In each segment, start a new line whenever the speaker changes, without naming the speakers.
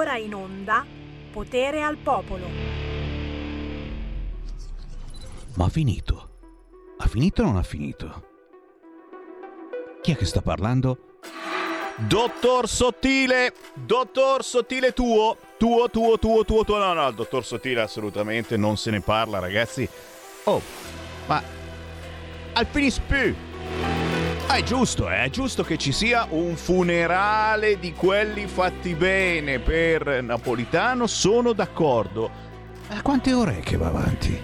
ora in onda Potere al Popolo.
Ma ha finito? Ha finito o non ha finito? Chi è che sta parlando? Dottor Sottile tuo. No, il dottor Sottile assolutamente non se ne parla, ragazzi. Oh, ma al finis più. È giusto che ci sia un funerale di quelli fatti bene per Napolitano, sono d'accordo. A quante ore è che va avanti?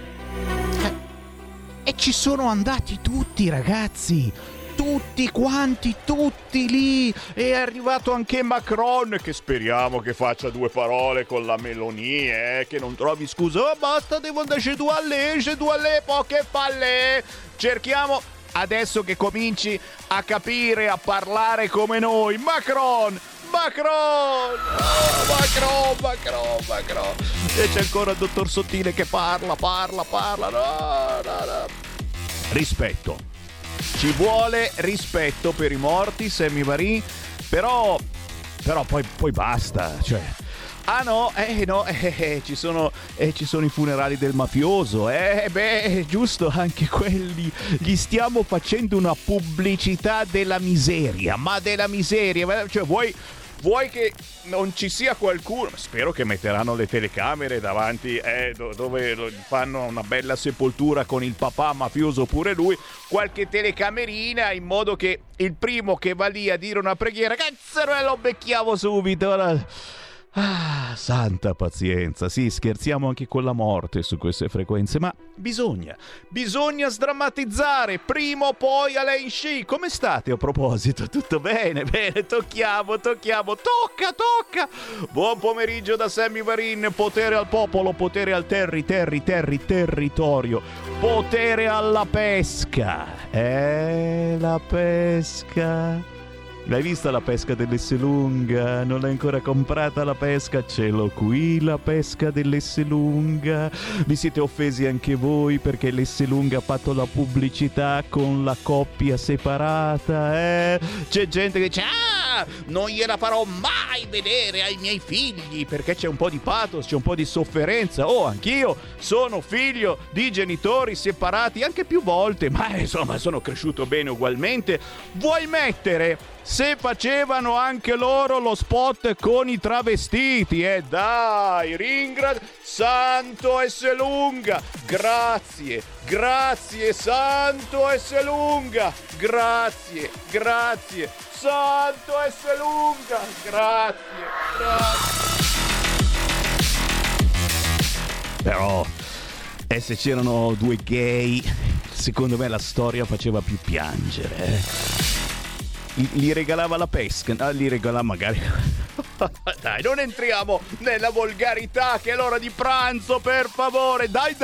E ci sono andati tutti, ragazzi. Tutti quanti, tutti lì. È arrivato anche Macron, che speriamo che faccia due parole con la Meloni, che non trovi scusa. Oh, basta, devo andare chez due alle, poche palle. Cerchiamo adesso che cominci a capire, a parlare come noi. Macron. E c'è ancora il dottor Sottile che parla. No. Rispetto. Ci vuole rispetto per i morti, Sammy Varin, però poi basta, cioè. Ah no, ci sono i funerali del mafioso, giusto, anche quelli, gli stiamo facendo una pubblicità della miseria, cioè vuoi che non ci sia qualcuno, spero che metteranno le telecamere davanti dove fanno una bella sepoltura con il papà mafioso pure lui, qualche telecamerina in modo che il primo che va lì a dire una preghiera, cazzo, lo becchiamo subito. Santa pazienza, sì, scherziamo anche con la morte su queste frequenze, ma bisogna sdrammatizzare, prima o poi a lei sci. Come state a proposito? Tutto bene, tocca. Buon pomeriggio da Sammy Varin, potere al popolo, potere al territorio, potere alla pesca. La pesca. L'hai vista la pesca dell'Esselunga? Non l'hai ancora comprata la pesca? Ce l'ho qui la pesca dell'Esselunga. Vi siete offesi anche voi perché l'Esselunga ha fatto la pubblicità con la coppia separata, C'è gente che dice non gliela farò mai vedere ai miei figli perché c'è un po' di pathos, c'è un po' di sofferenza. Anch'io sono figlio di genitori separati anche più volte, ma insomma sono cresciuto bene ugualmente. Vuoi mettere se facevano anche loro lo spot con i travestiti, dai, Santo Esselunga, grazie, Santo Esselunga, grazie, Santo Esselunga, grazie. Però, se c'erano due gay, secondo me la storia faceva più piangere, Gli regalava la pesca, gli regalava magari. Dai, non entriamo nella volgarità, che è l'ora di pranzo, per favore. Dai.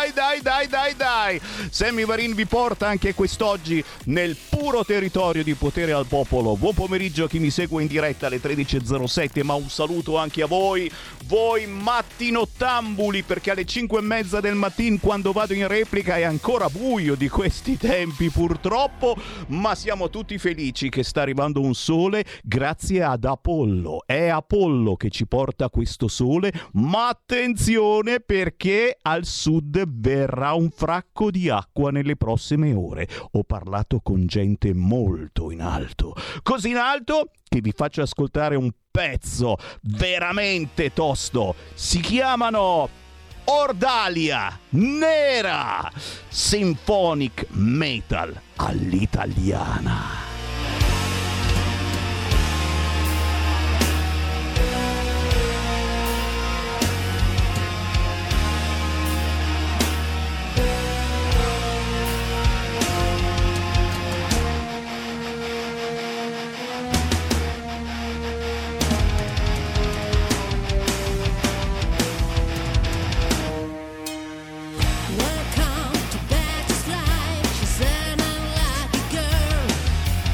Sammy Varin vi porta anche quest'oggi nel puro territorio di Potere al Popolo. Buon pomeriggio a chi mi segue in diretta alle 13.07, ma un saluto anche a voi mattinottambuli, perché alle 5:30 del mattino, quando vado in replica, è ancora buio di questi tempi purtroppo, ma siamo tutti felici che sta arrivando un sole grazie ad Apollo. È Apollo che ci porta questo sole, ma attenzione, perché al sud verrà un fracco di acqua nelle prossime ore. Ho parlato con gente molto in alto, così in alto che vi faccio ascoltare un pezzo veramente tosto. Si chiamano Ordalia Nera, symphonic metal all'italiana.
Welcome to Betty's Life. She's an unlucky girl.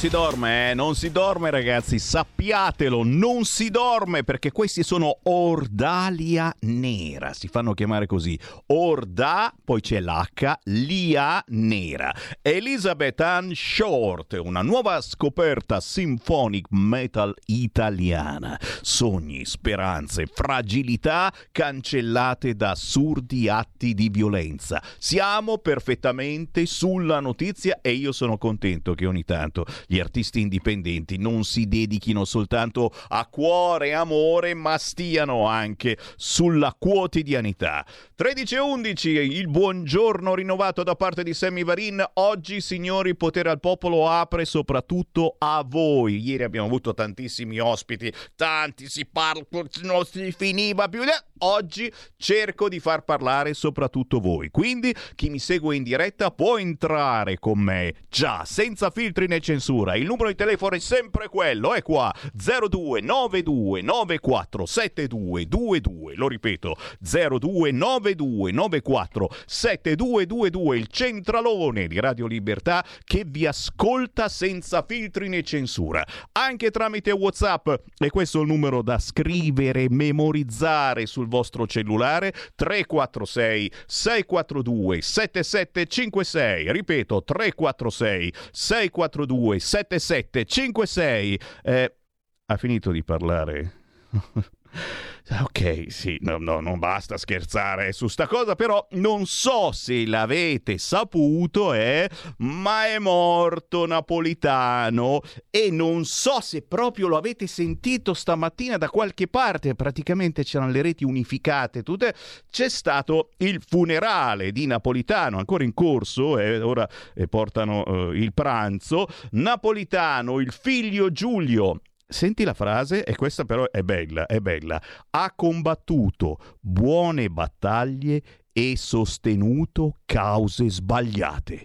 si dorme, non si dorme ragazzi, sappiatelo, non si dorme perché questi sono Ordalia Nera, si fanno chiamare così, Orda, poi c'è l'H, Lia Nera. Elizabeth Ann Short, una nuova scoperta symphonic metal italiana, sogni, speranze, fragilità cancellate da assurdi atti di violenza. Siamo perfettamente sulla notizia e io sono contento che ogni tanto gli artisti indipendenti non si dedichino soltanto a cuore e amore, ma stiano anche sulla quotidianità. 13:11, il buongiorno rinnovato da parte di Sammy Varin. Oggi, signori, Potere al Popolo apre soprattutto a voi. Ieri abbiamo avuto tantissimi ospiti, tanti, si parla, non si finiva più. Oggi cerco di far parlare soprattutto voi. Quindi chi mi segue in diretta può entrare con me, già, senza filtri né censura. Il numero di telefono è sempre quello, è qua, 0292947222. Lo ripeto, 0292947222, il centralone di Radio Libertà che vi ascolta senza filtri né censura, anche tramite WhatsApp. E questo è il numero da scrivere, memorizzare sul vostro cellulare, 346 642 7756. Ripeto, 346 642 7756. Ha finito di parlare? Ok, sì, no, non basta scherzare su sta cosa, però non so se l'avete saputo, ma è morto Napolitano e non so se proprio lo avete sentito stamattina da qualche parte, praticamente c'erano le reti unificate tutte, c'è stato il funerale di Napolitano, ancora in corso, ora portano il pranzo. Napolitano, il figlio Giulio. Senti la frase, e questa però è bella, è bella. Ha combattuto buone battaglie e sostenuto cause sbagliate.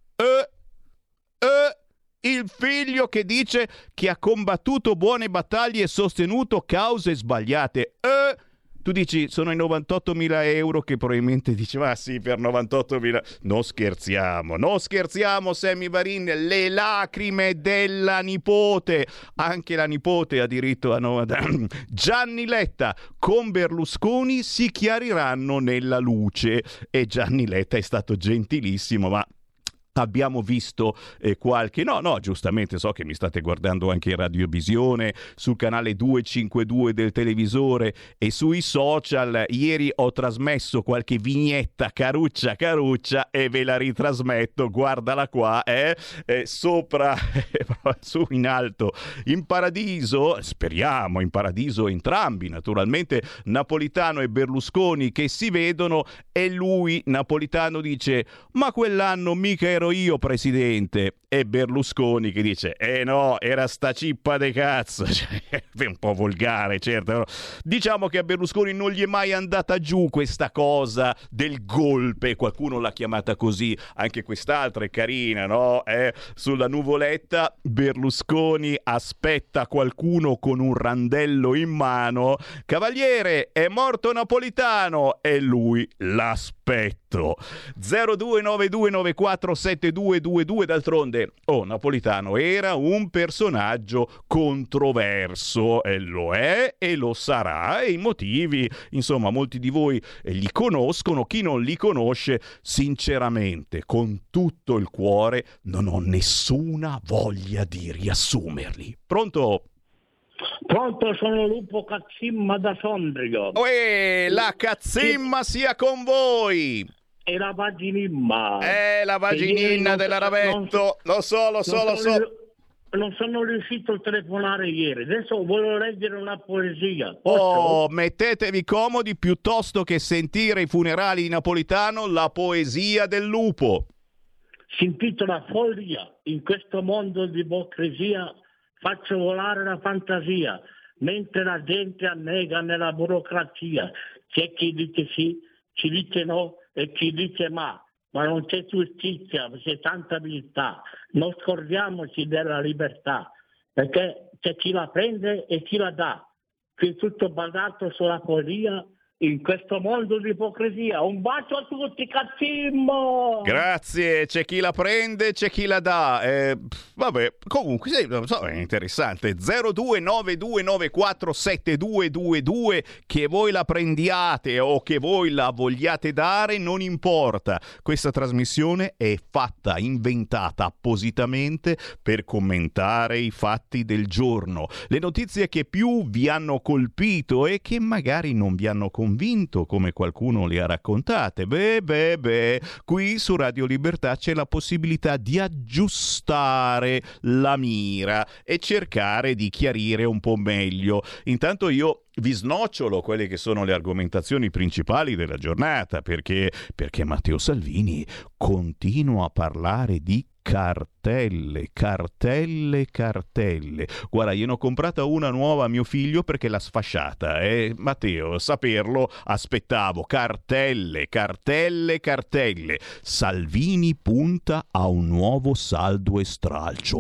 Il figlio che dice che ha combattuto buone battaglie e sostenuto cause sbagliate. Tu dici, sono i 98.000 euro che probabilmente dice, ma sì, per 98.000... Non scherziamo, Sammy Varin, le lacrime della nipote. Anche la nipote ha diritto a... Gianni Letta con Berlusconi si chiariranno nella luce. E Gianni Letta è stato gentilissimo, ma... Abbiamo visto qualche... No, giustamente so che mi state guardando anche in radiovisione, sul canale 252 del televisore e sui social. Ieri ho trasmesso qualche vignetta caruccia e ve la ritrasmetto, guardala qua, sopra, su in alto, in paradiso, speriamo in paradiso entrambi, naturalmente, Napolitano e Berlusconi che si vedono e lui, Napolitano, dice, ma quell'anno mica ero io presidente, e Berlusconi che dice no, era sta cippa de cazzo. È un po' volgare, certo, diciamo che a Berlusconi non gli è mai andata giù questa cosa del golpe, qualcuno l'ha chiamata così, anche quest'altra è carina, no? Sulla nuvoletta Berlusconi aspetta qualcuno con un randello in mano, cavaliere, è morto Napolitano, e lui l'aspetto. 0292947222. D'altronde Napolitano era un personaggio controverso, lo è e lo sarà, e i motivi, insomma, molti di voi li conoscono. Chi non li conosce, sinceramente, con tutto il cuore, non ho nessuna voglia di riassumerli. Pronto?
Pronto, sono Lupo Cazzimma da Sondrio.
La cazzimma sia con voi!
E la vaginimma.
La vagininna della Ravetto. Lo so.
Non sono riuscito a telefonare ieri. Adesso volevo leggere una poesia. Posso?
Mettetevi comodi, piuttosto che sentire i funerali di Napolitano, la poesia del lupo.
Si intitola Follia. In questo mondo di ipocrisia faccio volare la fantasia, mentre la gente annega nella burocrazia. C'è chi dice sì, chi dice no e chi dice ma non c'è giustizia, c'è tanta abilità. Non scordiamoci della libertà, perché c'è chi la prende e chi la dà. Qui è tutto basato sulla poesia in questo mondo di ipocrisia. Un bacio a tutti, cazzimmo!
Grazie, c'è chi la prende, c'è chi la dà. Vabbè, comunque sì, non so, è interessante. 0292947222, che voi la prendiate o che voi la vogliate dare, non importa. Questa trasmissione è fatta, inventata appositamente per commentare i fatti del giorno, le notizie che più vi hanno colpito e che magari non vi hanno convinto come qualcuno le ha raccontate. Qui su Radio Libertà c'è la possibilità di aggiustare la mira e cercare di chiarire un po' meglio. Intanto io vi snocciolo quelle che sono le argomentazioni principali della giornata, perché Matteo Salvini continua a parlare di cartelle. Guarda, gliene ho comprata una nuova a mio figlio perché l'ha sfasciata. Matteo, saperlo aspettavo. Cartelle. Salvini punta a un nuovo saldo e stralcio.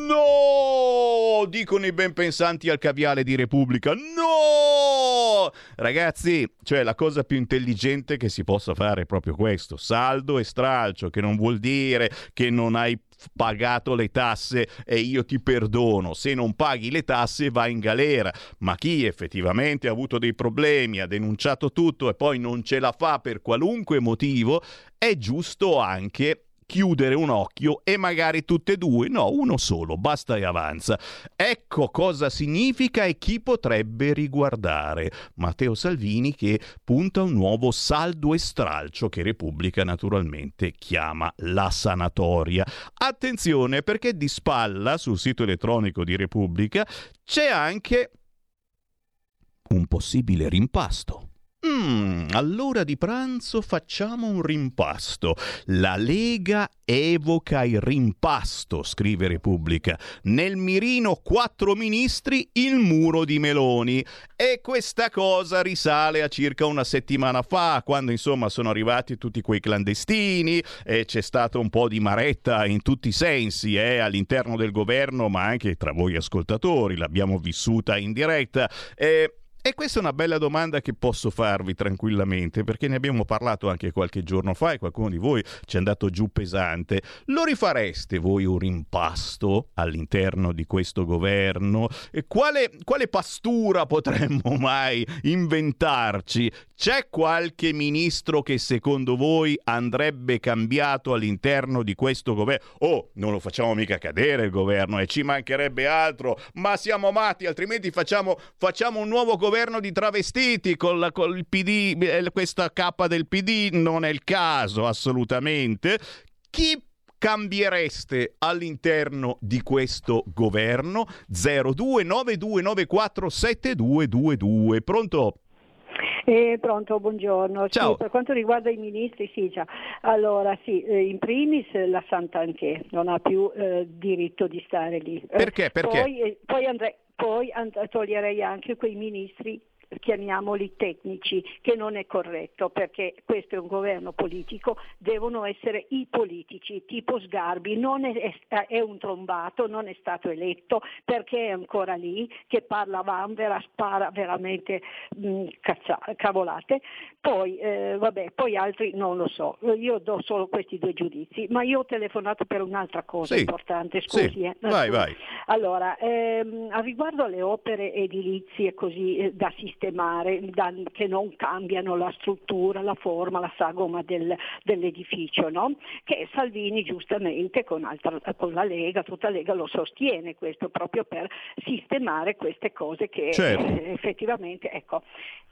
No! Dicono i ben pensanti al caviale di Repubblica. No! Ragazzi, cioè la cosa più intelligente che si possa fare è proprio questo: saldo e stralcio, che non vuol dire che non hai pagato le tasse e io ti perdono. Se non paghi le tasse vai in galera, ma chi effettivamente ha avuto dei problemi, ha denunciato tutto e poi non ce la fa per qualunque motivo, è giusto anche chiudere un occhio e magari tutte e due, no, uno solo, basta e avanza. Ecco cosa significa e chi potrebbe riguardare. Matteo Salvini che punta a un nuovo saldo e stralcio che Repubblica naturalmente chiama la sanatoria. Attenzione, perché di spalla sul sito elettronico di Repubblica c'è anche un possibile rimpasto. All'ora di pranzo facciamo un rimpasto. La Lega evoca il rimpasto, scrive Repubblica. Nel mirino 4 ministri, il muro di Meloni. E questa cosa risale a circa una settimana fa, quando insomma sono arrivati tutti quei clandestini e c'è stato un po' di maretta in tutti i sensi, all'interno del governo, ma anche tra voi ascoltatori. L'abbiamo vissuta in diretta. E questa è una bella domanda che posso farvi tranquillamente, perché ne abbiamo parlato anche qualche giorno fa e qualcuno di voi ci è andato giù pesante. Lo rifareste voi un rimpasto all'interno di questo governo? E quale pastura potremmo mai inventarci? C'è qualche ministro che secondo voi andrebbe cambiato all'interno di questo governo? Oh, non lo facciamo mica cadere il governo e ci mancherebbe altro, ma siamo matti, altrimenti facciamo un nuovo governo di travestiti con il PD, questa cappa del PD. Non è il caso assolutamente. Chi cambiereste all'interno di questo governo? 0292947222. Pronto?
Pronto, buongiorno.
Ciao.
Sì, per quanto riguarda i ministri, sì, già. Allora, sì, in primis la Santanchè non ha più diritto di stare lì.
Perché?
Poi toglierei anche quei ministri, chiamiamoli tecnici, che non è corretto, perché questo è un governo politico, devono essere i politici, tipo Sgarbi, non è un trombato, non è stato eletto, perché è ancora lì, che parla vanvera, spara veramente cavolate. Poi poi altri non lo so, io do solo questi due giudizi, ma io ho telefonato per un'altra cosa importante, scusi.
Sì. Vai.
Allora, riguardo alle opere edilizie così da sistemare, che non cambiano la struttura, la forma, la sagoma dell'edificio, no? Che Salvini giustamente con la Lega, tutta la Lega lo sostiene questo, proprio per sistemare queste cose che effettivamente, ecco.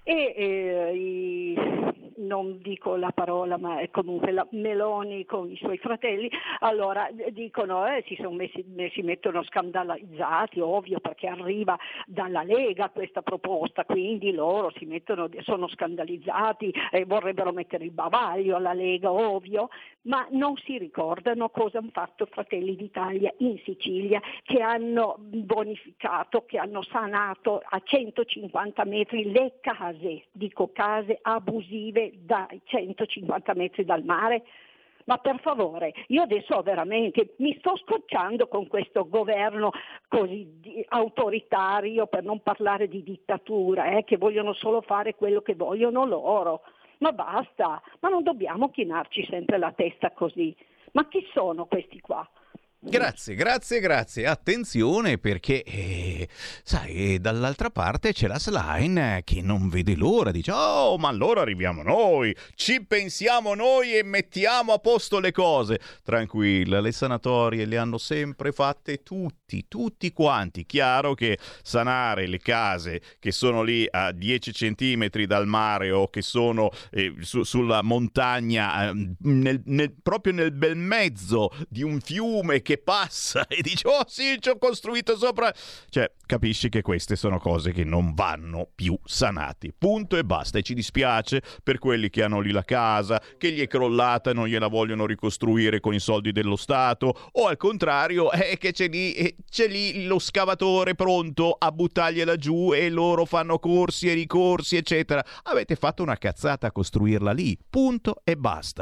Non dico la parola, ma è comunque la Meloni con i suoi fratelli, allora dicono si mettono scandalizzati, ovvio, perché arriva dalla Lega questa proposta, quindi loro sono scandalizzati e vorrebbero mettere il bavaglio alla Lega, ovvio, ma non si ricordano cosa hanno fatto Fratelli d'Italia in Sicilia, che hanno bonificato, che hanno sanato a 150 metri le case abusive da 150 metri dal mare. Ma per favore, io adesso veramente mi sto scocciando con questo governo così autoritario, per non parlare di dittatura, che vogliono solo fare quello che vogliono loro. Ma basta, ma non dobbiamo chinarci sempre la testa così. Ma chi sono questi qua?
Grazie. Attenzione perché, sai, dall'altra parte c'è la Schlein che non vede l'ora, dice oh, ma allora arriviamo noi, ci pensiamo noi e mettiamo a posto le cose. Tranquilla, le sanatorie le hanno sempre fatte tutti quanti. Chiaro che sanare le case che sono lì a 10 centimetri dal mare o che sono sulla montagna, proprio nel bel mezzo di un fiume che passa e dice oh sì, ci ho costruito sopra, cioè capisci che queste sono cose che non vanno più sanati, punto e basta. E ci dispiace per quelli che hanno lì la casa, che gli è crollata e non gliela vogliono ricostruire con i soldi dello Stato, o al contrario che c'è lì lo scavatore pronto a buttargliela giù e loro fanno corsi e ricorsi eccetera. Avete fatto una cazzata a costruirla lì, punto e basta.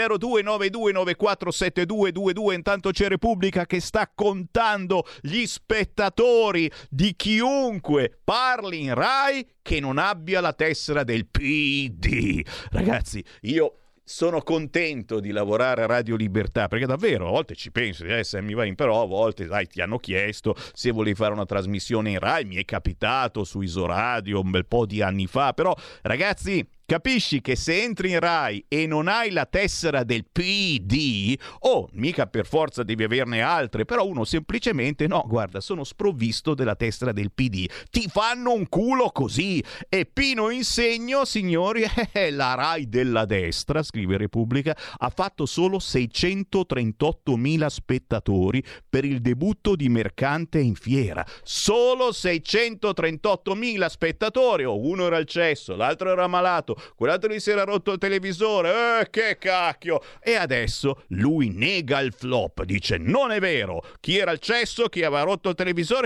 0292947222. Intanto c'è Repubblica che sta contando gli spettatori di chiunque parli in Rai che non abbia la tessera del PD. Ragazzi, io sono contento di lavorare a Radio Libertà, perché davvero a volte ci penso di Sammy Varin, però a volte ti hanno chiesto se volevi fare una trasmissione in Rai, mi è capitato su Isoradio un bel po' di anni fa, però ragazzi, capisci che se entri in Rai e non hai la tessera del PD, mica per forza devi averne altre, però uno semplicemente no, guarda, sono sprovvisto della tessera del PD. Ti fanno un culo così. E Pino Insegno, signori, la Rai della destra, scrive Repubblica, ha fatto solo 638.000 spettatori per il debutto di Mercante in fiera. Solo 638.000 spettatori. Uno era al cesso, l'altro era malato, quell'altro gli si era rotto il televisore, che cacchio. E adesso lui nega il flop, dice non è vero, chi era al cesso, chi aveva rotto il televisore,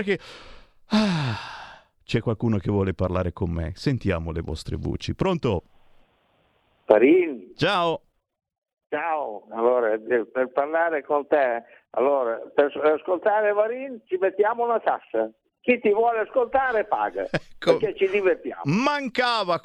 c'è qualcuno che vuole parlare con me, sentiamo le vostre voci. Pronto?
Varin.
Ciao.
Allora, per parlare con te, allora, per ascoltare Varin ci mettiamo una tassa. Chi ti vuole ascoltare paga, perché ci divertiamo.
Mancava.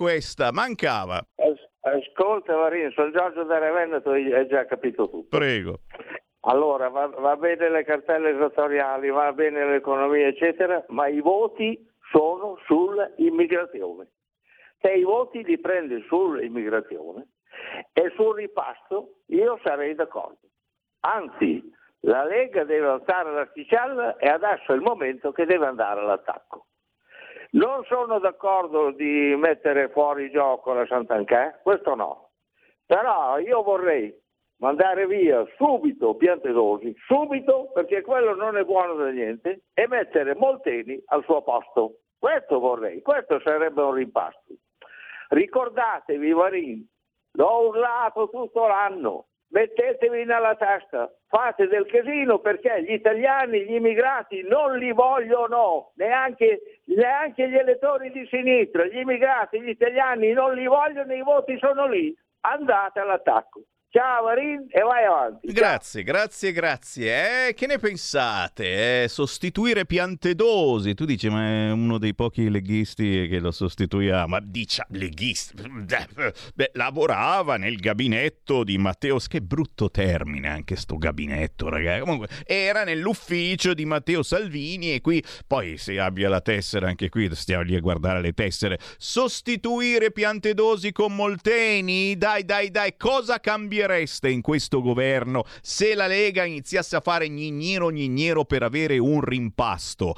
Ascolta Varin, sono Giorgio da Veneto, hai già capito tutto.
Prego.
Allora, va bene le cartelle esattoriali, va bene l'economia, eccetera, ma i voti sono sull'immigrazione. Se i voti li prendi sull'immigrazione e sul ripasto, io sarei d'accordo. Anzi, la Lega deve alzare l'asticella e adesso è il momento che deve andare all'attacco. Non sono d'accordo di mettere fuori gioco la Santanchè, questo no. Però io vorrei mandare via subito Piantedosi, subito, perché quello non è buono da niente, e mettere Molteni al suo posto. Questo vorrei, questo sarebbe un rimpasto. Ricordatevi, Varin, l'ho urlato tutto l'anno. Mettetevi nella testa, fate del casino perché gli italiani, gli immigrati non li vogliono, neanche gli elettori di sinistra, gli immigrati, gli italiani non li vogliono, i voti sono lì, andate all'attacco. Ciao Varin e vai avanti.
Grazie. Che ne pensate? Sostituire Piantedosi? Tu dici, ma è uno dei pochi leghisti che lo sostituiamo. Ma dice leghisti? Beh, lavorava nel gabinetto di Matteo. Che brutto termine anche sto gabinetto, ragazzi. Comunque, era nell'ufficio di Matteo Salvini e qui, poi se abbia la tessera anche qui, stiamo lì a guardare le tessere. Sostituire Piantedosi con Molteni? Dai, cosa cambiereste in questo governo se la Lega iniziasse a fare gnignero per avere un rimpasto?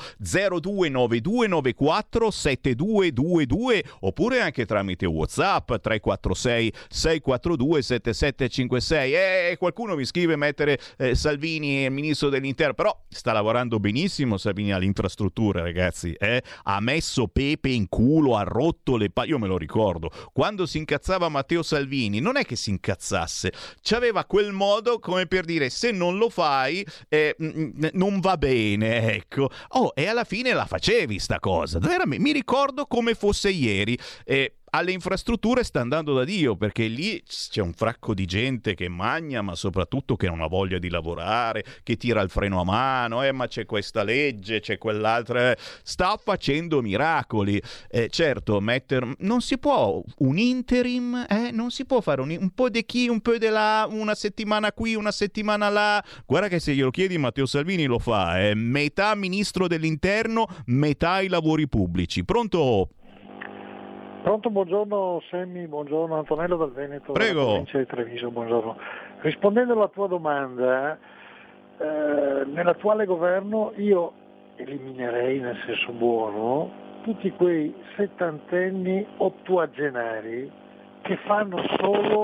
0292947222 oppure anche tramite WhatsApp 346 642 7756. Qualcuno mi scrive mettere Salvini ministro dell'interno, però sta lavorando benissimo Salvini alle infrastrutture, ragazzi, ha messo Pepe in culo, ha rotto le io me lo ricordo, quando si incazzava Matteo Salvini non è che si incazzasse, c'aveva quel modo come per dire se non lo fai non va bene, ecco. E alla fine la facevi sta cosa, veramente, mi ricordo come fosse ieri. alle infrastrutture sta andando da Dio, perché lì c'è un fracco di gente che magna, ma soprattutto che non ha voglia di lavorare, che tira il freno a mano, ma c'è questa legge, c'è quell'altra, sta facendo miracoli. Certo, non si può un interim, non si può fare un po' di chi, un po' di là, una settimana qui, una settimana là. Guarda che se glielo chiedi Matteo Salvini lo fa, metà ministro dell'interno, metà i lavori pubblici. Pronto?
Pronto, buongiorno Semmi, buongiorno Antonello dal Veneto,
prego.
dalla provincia di Treviso, buongiorno. Rispondendo alla tua domanda, nell'attuale governo io eliminerei, nel senso buono, tutti quei settantenni ottuagenari che fanno solo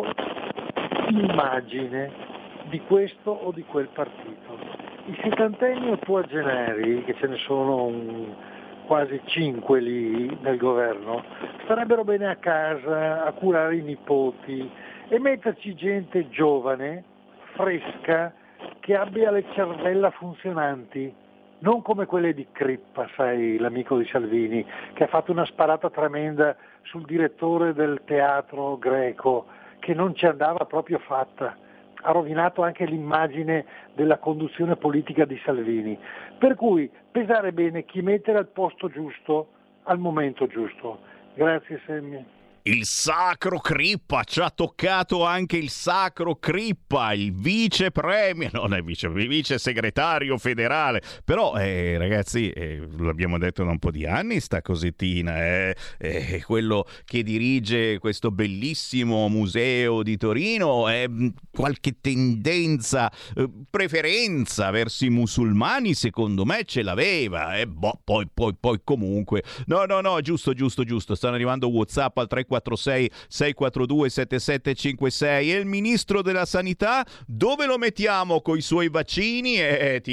immagine di questo o di quel partito. I settantenni ottuagenari, che ce ne sono quasi 5 lì nel governo, starebbero bene a casa a curare i nipoti e metterci gente giovane, fresca, che abbia le cervella funzionanti, non come quelle di Crippa, sai, l'amico di Salvini, che ha fatto una sparata tremenda sul direttore del teatro greco, che non ci andava proprio fatta. Ha rovinato anche l'immagine della conduzione politica di Salvini. Per cui pesare bene chi mettere al posto giusto, al momento giusto. Grazie Semmi.
Il sacro Crippa, ci ha toccato anche il sacro Crippa, il vice premier, non è vice segretario federale, però ragazzi, l'abbiamo detto da un po' di anni, sta cosettina, è quello che dirige questo bellissimo museo di Torino, qualche tendenza, preferenza verso i musulmani, secondo me ce l'aveva, poi comunque, no, giusto, stanno arrivando WhatsApp al 346 642 7756 e il ministro della sanità dove lo mettiamo coi suoi vaccini? Ti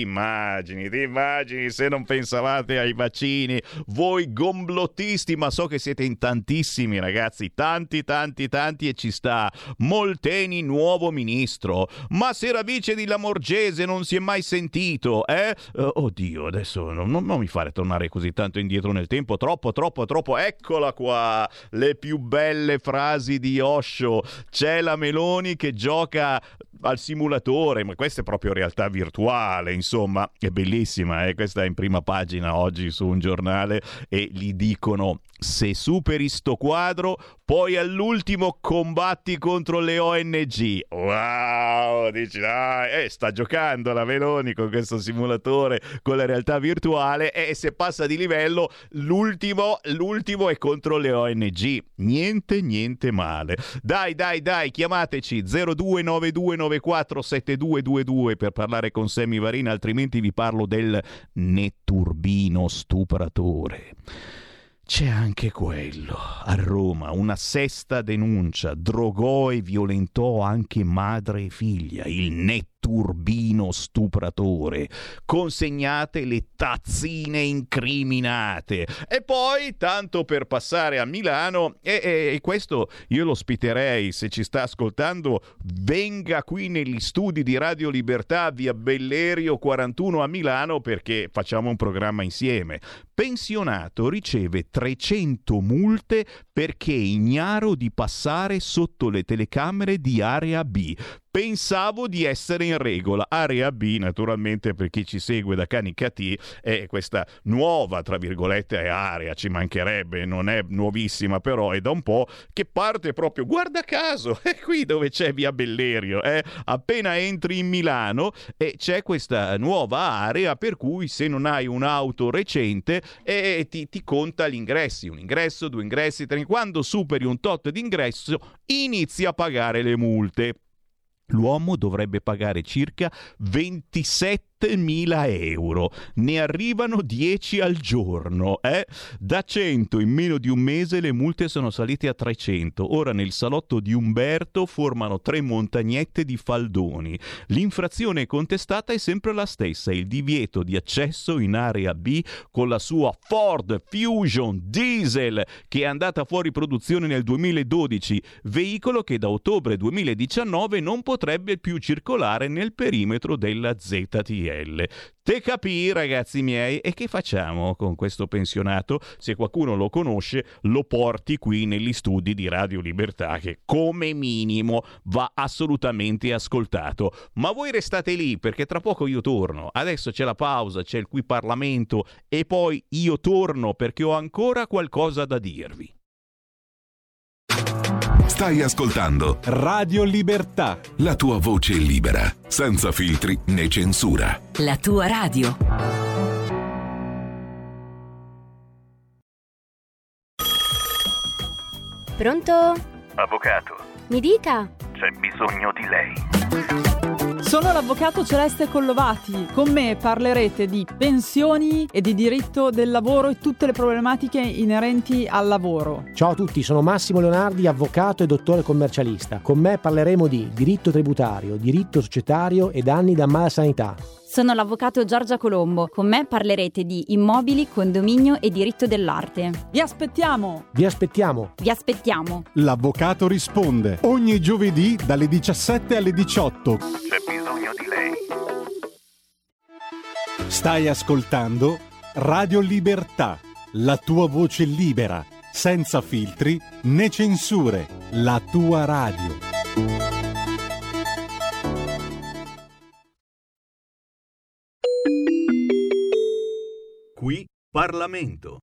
immagini se non pensavate ai vaccini voi gomblottisti, ma so che siete in tantissimi ragazzi, tanti e ci sta. Molteni nuovo ministro, ma se era vice di Lamorgese non si è mai sentito, oddio, adesso non mi fare tornare così tanto indietro nel tempo, troppo, eccola qua, le più belle frasi di Osho. C'è la Meloni che gioca al simulatore, ma questa è proprio realtà virtuale, insomma, è bellissima, questa è in prima pagina oggi su un giornale e gli dicono: se superi sto quadro poi all'ultimo combatti contro le ONG. Wow, dici dai, sta giocando la Meloni con questo simulatore, con la realtà virtuale, e se passa di livello l'ultimo è contro le ONG. Niente male. Dai, chiamateci 0292947222 per parlare con Sammy Varin, altrimenti vi parlo del netturbino stupratore. C'è anche quello. A Roma una sesta denuncia, drogò e violentò anche madre e figlia, il netturbino stupratore. Consegnate le tazzine incriminate. E poi, tanto per passare a Milano, e questo io lo ospiterei, se ci sta ascoltando, venga qui negli studi di Radio Libertà, via Bellerio 41 a Milano, perché facciamo un programma insieme. Pensionato riceve 300 multe perché ignaro di passare sotto le telecamere di Area B. Pensavo di essere in regola. Area B, naturalmente, per chi ci segue da Canicattì, è questa nuova, tra virgolette, area, ci mancherebbe, non è nuovissima, però è da un po' che parte proprio, guarda caso, è qui dove c'è via Bellerio, appena entri in Milano e c'è questa nuova area per cui se non hai un'auto recente ti conta gli ingressi, un ingresso, 2 ingressi, 3, quando superi un tot di ingresso inizi a pagare le multe. L'uomo dovrebbe pagare circa 27.000 euro, ne arrivano 10 al giorno, Da 100 in meno di un mese le multe sono salite a 300, ora nel salotto di Umberto formano 3 montagnette di faldoni. L'infrazione contestata è sempre la stessa, il divieto di accesso in area B con la sua Ford Fusion Diesel che è andata fuori produzione nel 2012, veicolo che da ottobre 2019 non potrebbe più circolare nel perimetro della ZTL. Stelle. Te capì, ragazzi miei? E che facciamo con questo pensionato? Se qualcuno lo conosce, lo porti qui negli studi di Radio Libertà, che come minimo va assolutamente ascoltato. Ma voi restate lì, perché tra poco io torno. Adesso c'è la pausa, c'è il Qui Parlamento e poi io torno perché ho ancora qualcosa da dirvi.
Stai ascoltando
Radio Libertà,
la tua voce libera, senza filtri né censura.
La tua radio.
Pronto?
Avvocato,
Mi dica.
c'è bisogno di lei.
Sono l'avvocato Celeste Collovati. Con me parlerete di pensioni e di diritto del lavoro e tutte le problematiche inerenti al lavoro.
Ciao a tutti, sono Massimo Leonardi, avvocato e dottore commercialista. Con me parleremo di diritto tributario, diritto societario e danni da malasanità.
Sono l'avvocato Giorgia Colombo. Con me parlerete di immobili, condominio e diritto dell'arte.
Vi aspettiamo!
Vi aspettiamo!
Vi aspettiamo!
L'avvocato risponde ogni giovedì dalle 17 alle 18.
C'è bisogno di lei.
Stai ascoltando Radio Libertà, la tua voce libera, senza filtri né censure, la tua radio.
Qui Parlamento.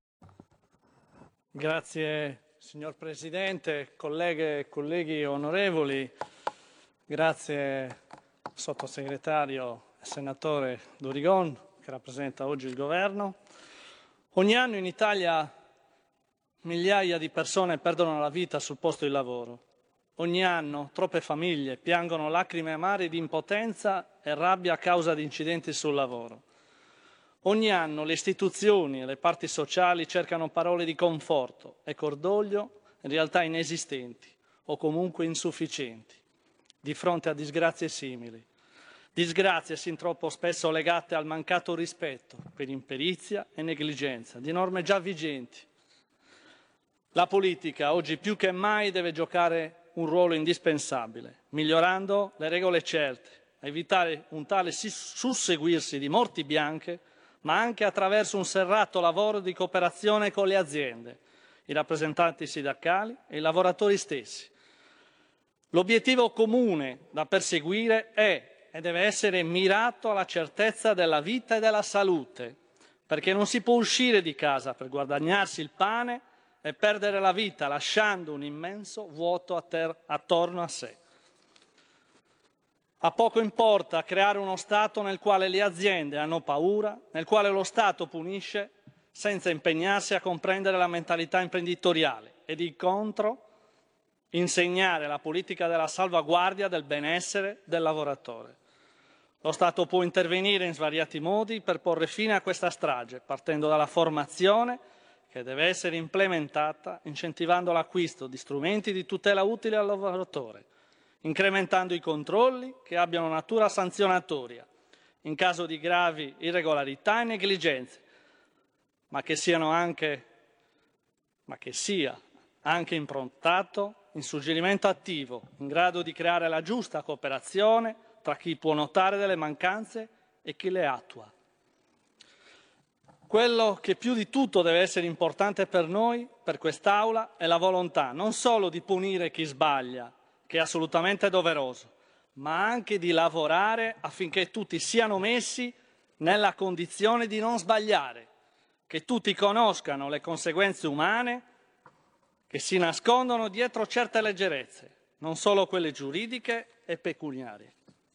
Grazie signor Presidente, colleghe e colleghi onorevoli, grazie sottosegretario e senatore Durigon che rappresenta oggi il Governo. Ogni anno in Italia migliaia di persone perdono la vita sul posto di lavoro. Ogni anno troppe famiglie piangono lacrime amare di impotenza e rabbia a causa di incidenti sul lavoro. Ogni anno le istituzioni e le parti sociali cercano parole di conforto e cordoglio, in realtà inesistenti o comunque insufficienti, di fronte a disgrazie simili. Disgrazie sin troppo spesso legate al mancato rispetto per imperizia e negligenza di norme già vigenti. La politica oggi più che mai deve giocare un ruolo indispensabile, migliorando le regole certe, evitare un tale susseguirsi di morti bianche, ma anche attraverso un serrato lavoro di cooperazione con le aziende, i rappresentanti sindacali e i lavoratori stessi. L'obiettivo comune da perseguire è e deve essere mirato alla certezza della vita e della salute, perché non si può uscire di casa per guadagnarsi il pane e perdere la vita lasciando un immenso vuoto attorno a sé. A poco importa creare uno Stato nel quale le aziende hanno paura, nel quale lo Stato punisce senza impegnarsi a comprendere la mentalità imprenditoriale e di contro insegnare la politica della salvaguardia del benessere del lavoratore. Lo Stato può intervenire in svariati modi per porre fine a questa strage, partendo dalla formazione che deve essere implementata incentivando l'acquisto di strumenti di tutela utili al lavoratore, incrementando i controlli che abbiano natura sanzionatoria in caso di gravi irregolarità e negligenze, ma che sia anche improntato in suggerimento attivo, in grado di creare la giusta cooperazione tra chi può notare delle mancanze e chi le attua. Quello che più di tutto deve essere importante per noi, per quest'Aula, è la volontà non solo di punire chi sbaglia, che è assolutamente doveroso, ma anche di lavorare affinché tutti siano messi nella condizione di non sbagliare, che tutti conoscano le conseguenze umane che si nascondono dietro certe leggerezze, non solo quelle giuridiche e pecuniarie.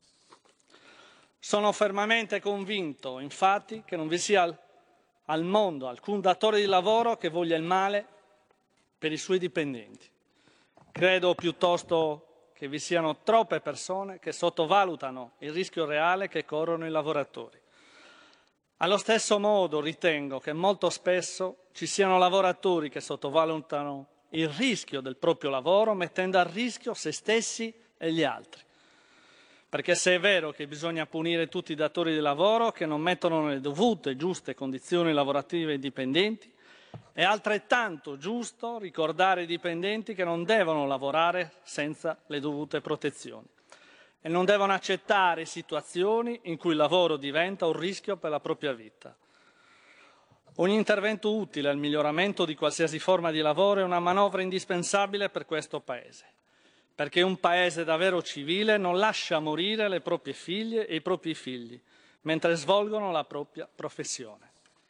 Sono fermamente convinto, infatti, che non vi sia al mondo alcun datore di lavoro che voglia il male per i suoi dipendenti. Credo piuttosto che vi siano troppe persone che sottovalutano il rischio reale che corrono i lavoratori. Allo stesso modo ritengo che molto spesso ci siano lavoratori che sottovalutano il rischio del proprio lavoro mettendo a rischio se stessi e gli altri. Perché se è vero che bisogna punire tutti i datori di lavoro che non mettono nelle dovute e giuste condizioni lavorative ai dipendenti, è altrettanto giusto ricordare i dipendenti che non devono lavorare senza le dovute protezioni. e non devono accettare situazioni in cui il lavoro diventa un rischio per la propria vita. Ogni intervento utile al miglioramento di qualsiasi forma di lavoro è una manovra indispensabile per questo Paese, perché un Paese davvero civile non lascia morire le proprie figlie e i propri figli mentre svolgono la propria professione.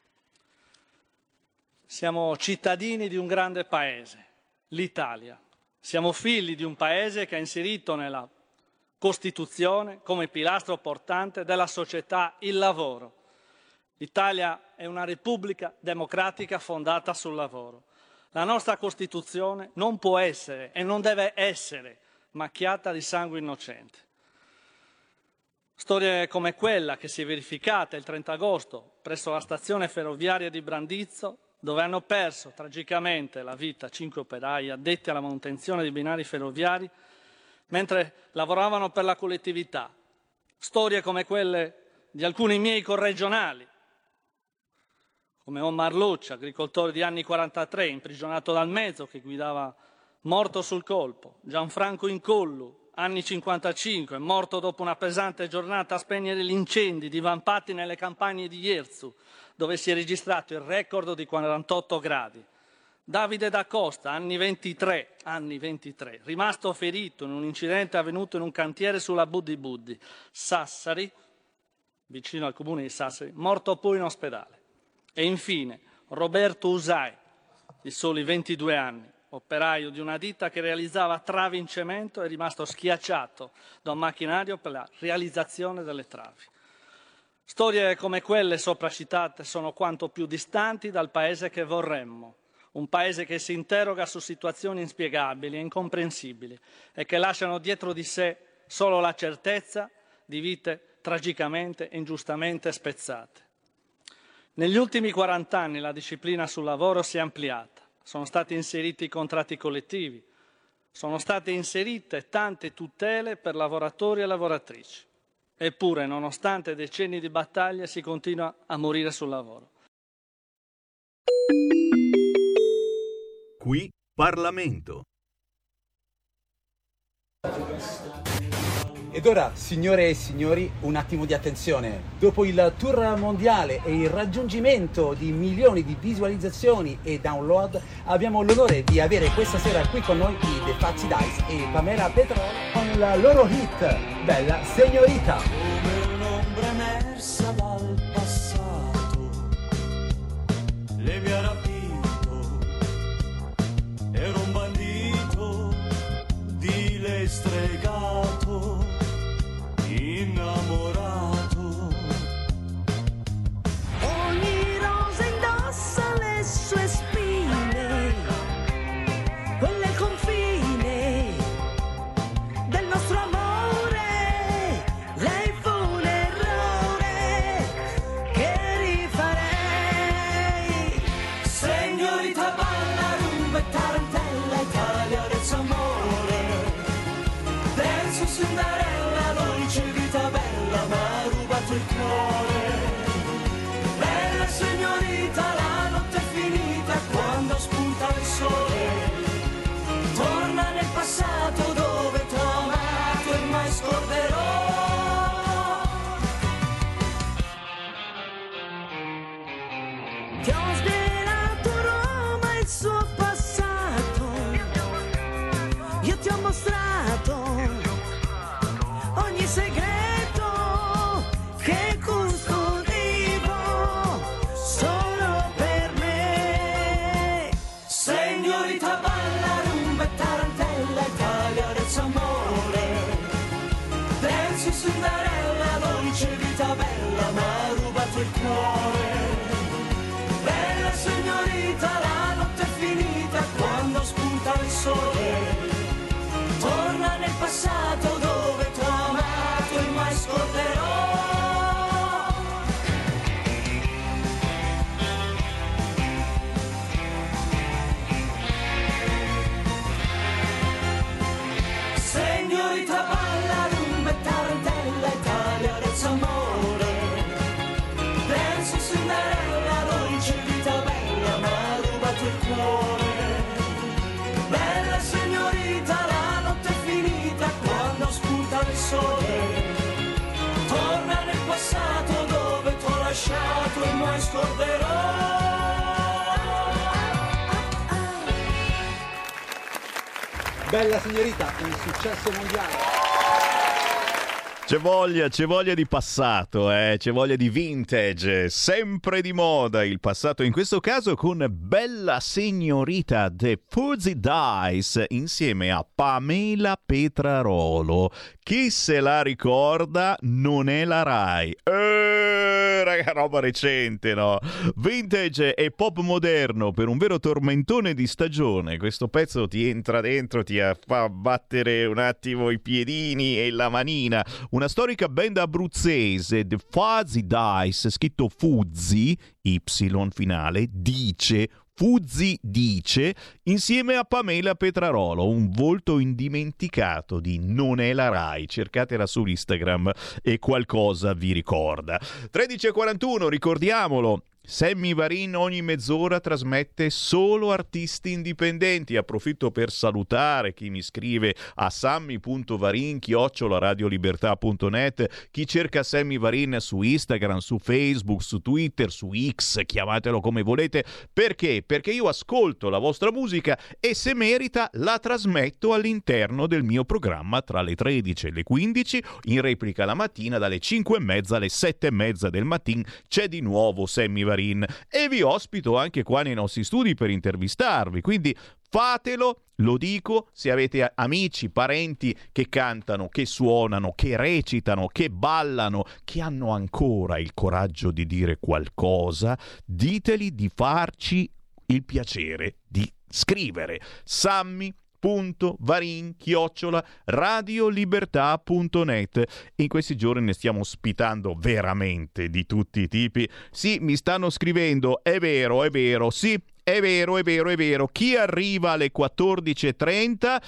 Siamo cittadini di un grande Paese, l'Italia. Siamo figli di un Paese che ha inserito nella Costituzione come pilastro portante della società il lavoro. L'Italia è una repubblica democratica fondata sul lavoro. La nostra Costituzione non può essere e non deve essere macchiata di sangue innocente. Storie come quella che si è verificata il 30 agosto presso la stazione ferroviaria di Brandizzo, dove hanno perso tragicamente la vita 5 operai addetti alla manutenzione di binari ferroviari mentre lavoravano per la collettività. Storie come quelle di alcuni miei corregionali, come Omar Luccia, agricoltore di anni 43, imprigionato dal mezzo che guidava morto sul colpo, Gianfranco Incollu, anni 55, morto dopo una pesante giornata a spegnere gli incendi divampati nelle campagne di Jerzu, dove si è registrato il record di 48 gradi. Davide da Costa, anni 23, rimasto ferito in un incidente avvenuto in un cantiere sulla Buddi Buddi, Sassari, vicino al comune di Sassari, morto poi in ospedale. E infine Roberto Usai, di soli 22 anni, operaio di una ditta che realizzava travi in cemento, è rimasto schiacciato da un macchinario per la realizzazione delle travi. Storie come quelle sopracitate sono quanto più distanti dal Paese che vorremmo, un Paese che si interroga su situazioni inspiegabili e incomprensibili e che lasciano dietro di sé solo la certezza di vite tragicamente e ingiustamente spezzate. Negli ultimi 40 anni la disciplina sul lavoro si è ampliata, sono stati inseriti i contratti collettivi, sono state inserite tante tutele per lavoratori e lavoratrici. Eppure, nonostante decenni di battaglie, si continua a morire sul lavoro.
Qui Parlamento.
Ed ora, signore e signori, un attimo di attenzione. Dopo il tour mondiale e il raggiungimento di milioni di visualizzazioni e download, abbiamo l'onore di avere questa sera qui con noi i The Fazzi Dice e Pamela Petrone con la loro hit, Bella Signorita.
Come un'ombra emersa dal passato, lei mi ha rapito, ero un bandito, di lei stregato, innamorato.
Ogni rosa indossa le sue spine, quelle al confine del nostro amore. Lei fu un errore che rifarei. Signorita balla, rumba e tarantella, Italia del suo amore. Penso Cinderella, dolce vita bella, ma ha rubato il cuore. Bella signorita, la notte è finita quando spunta il sole. Torna nel passato dove t'ho amato e mai scorderò. Ti ho svelato Roma e il suo passato. Io ti ho mostrato ogni segreto che custodivo solo per me. Signorita balla, rumba e tarantella, Italia del suo amore. Pensi Cinderella, dolce vita bella, ma ha rubato il cuore. Bella signorita, la notte è finita quando spunta il sole. Torna nel passato dove t'ho amato e mai scorderò. Signorita balla, rumba e tarantella, Italia del suo amore. Pensi Cinderella, dolce vita bella, ma ha rubato il cuore. Bella signorita, la notte è finita.
mai scorderò.
Bella signorita, un successo mondiale.
C'è voglia di passato, c'è voglia di vintage, sempre di moda il passato, in questo caso con Bella Signorita The Fuzzy Dice insieme a Pamela Petrarolo. Chi se la ricorda non è la Rai. Raga, roba recente, no? Vintage e pop moderno per un vero tormentone di stagione. Questo pezzo ti entra dentro, ti fa battere un attimo i piedini e la manina. Una storica band abruzzese, The Fuzzy Dice, scritto Fuzzy, Y finale, dice... Fuzzy dice, insieme a Pamela Petrarolo, un volto indimenticato di Non è la Rai. Cercatela su Instagram e qualcosa vi ricorda. 13:41, ricordiamolo. Sammy Varin ogni mezz'ora trasmette solo artisti indipendenti. Approfitto per salutare chi mi scrive a sammy.varin@radiolibertà.net, chi cerca Sammy Varin su Instagram, su Facebook, su Twitter, su X, chiamatelo come volete. Perché? Perché io ascolto la vostra musica e se merita la trasmetto all'interno del mio programma tra le 13 e le 15, in replica la mattina dalle 5:30 alle 7:30 del mattino c'è di nuovo Sammy Varin. E vi ospito anche qua nei nostri studi per intervistarvi, quindi fatelo, lo dico, se avete amici, parenti che cantano, che suonano, che recitano, che ballano, che hanno ancora il coraggio di dire qualcosa, diteli di farci il piacere di scrivere. Sammy.varin@radiolibertà.net. In questi giorni ne stiamo ospitando veramente di tutti i tipi. Sì, mi stanno scrivendo, è vero, sì, è vero. Chi arriva alle 14:30?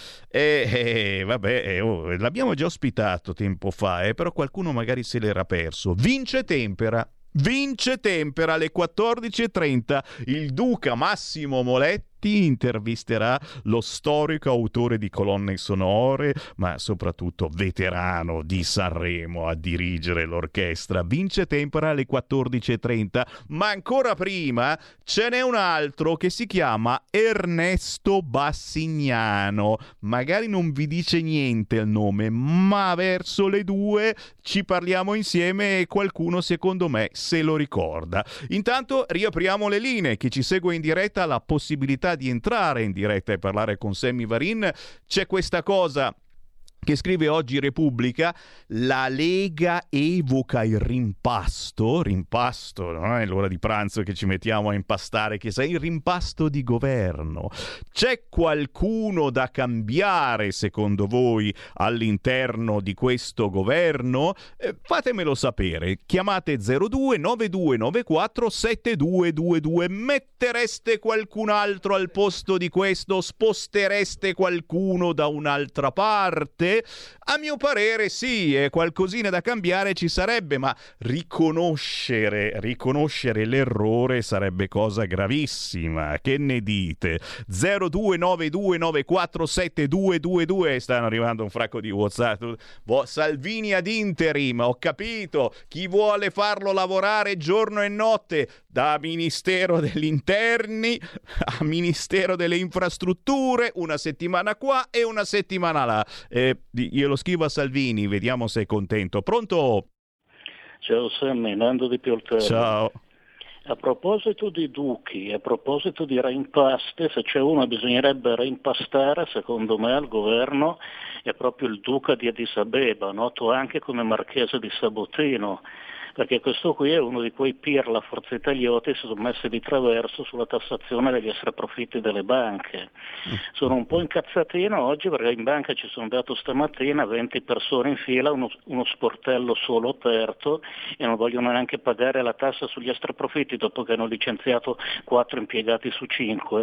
L'abbiamo già ospitato tempo fa, però qualcuno magari se l'era perso. Vince Tempera alle 14:30. Il duca Massimo Moletti intervisterà lo storico autore di colonne sonore, ma soprattutto veterano di Sanremo a dirigere l'orchestra. Vince Tempera alle 14:30. Ma ancora prima ce n'è un altro che si chiama Ernesto Bassignano. Magari non vi dice niente il nome, ma verso le 2 ci parliamo insieme e qualcuno secondo me se lo ricorda. Intanto riapriamo le linee. Chi ci segue in diretta ha la possibilità di entrare in diretta e parlare con Sammy Varin. C'è questa cosa che scrive oggi Repubblica: la Lega evoca il rimpasto, non è l'ora di pranzo che ci mettiamo a impastare, che sai, il rimpasto di governo. C'è qualcuno da cambiare secondo voi all'interno di questo governo? Fatemelo sapere, chiamate 02 9294 7222. Mettereste qualcun altro al posto di questo? Spostereste qualcuno da un'altra parte? A mio parere sì, qualcosina da cambiare ci sarebbe, ma riconoscere l'errore sarebbe cosa gravissima. Che ne dite? 0292947222. Stanno arrivando un fracco di WhatsApp. Salvini ad interim, ho capito. Chi vuole farlo lavorare giorno e notte, da Ministero degli Interni a Ministero delle Infrastrutture, una settimana qua e una settimana là. Io lo scrivo a Salvini, vediamo se è contento. Pronto?
Ciao Sammy, Nando di Pioltello.
Ciao.
A proposito di duchi, a proposito di reimpaste, se c'è uno bisognerebbe reimpastare, secondo me, al governo, è proprio il duca di Addis Abeba, noto anche come marchese di Sabotino, perché questo qui è uno di quei pirla Forza Italioti si sono messi di traverso sulla tassazione degli extraprofitti delle banche. Sono un po' incazzatino oggi perché in banca ci sono andato stamattina 20 persone in fila, uno sportello solo aperto, e non vogliono neanche pagare la tassa sugli extraprofitti dopo che hanno licenziato 4 impiegati su 5.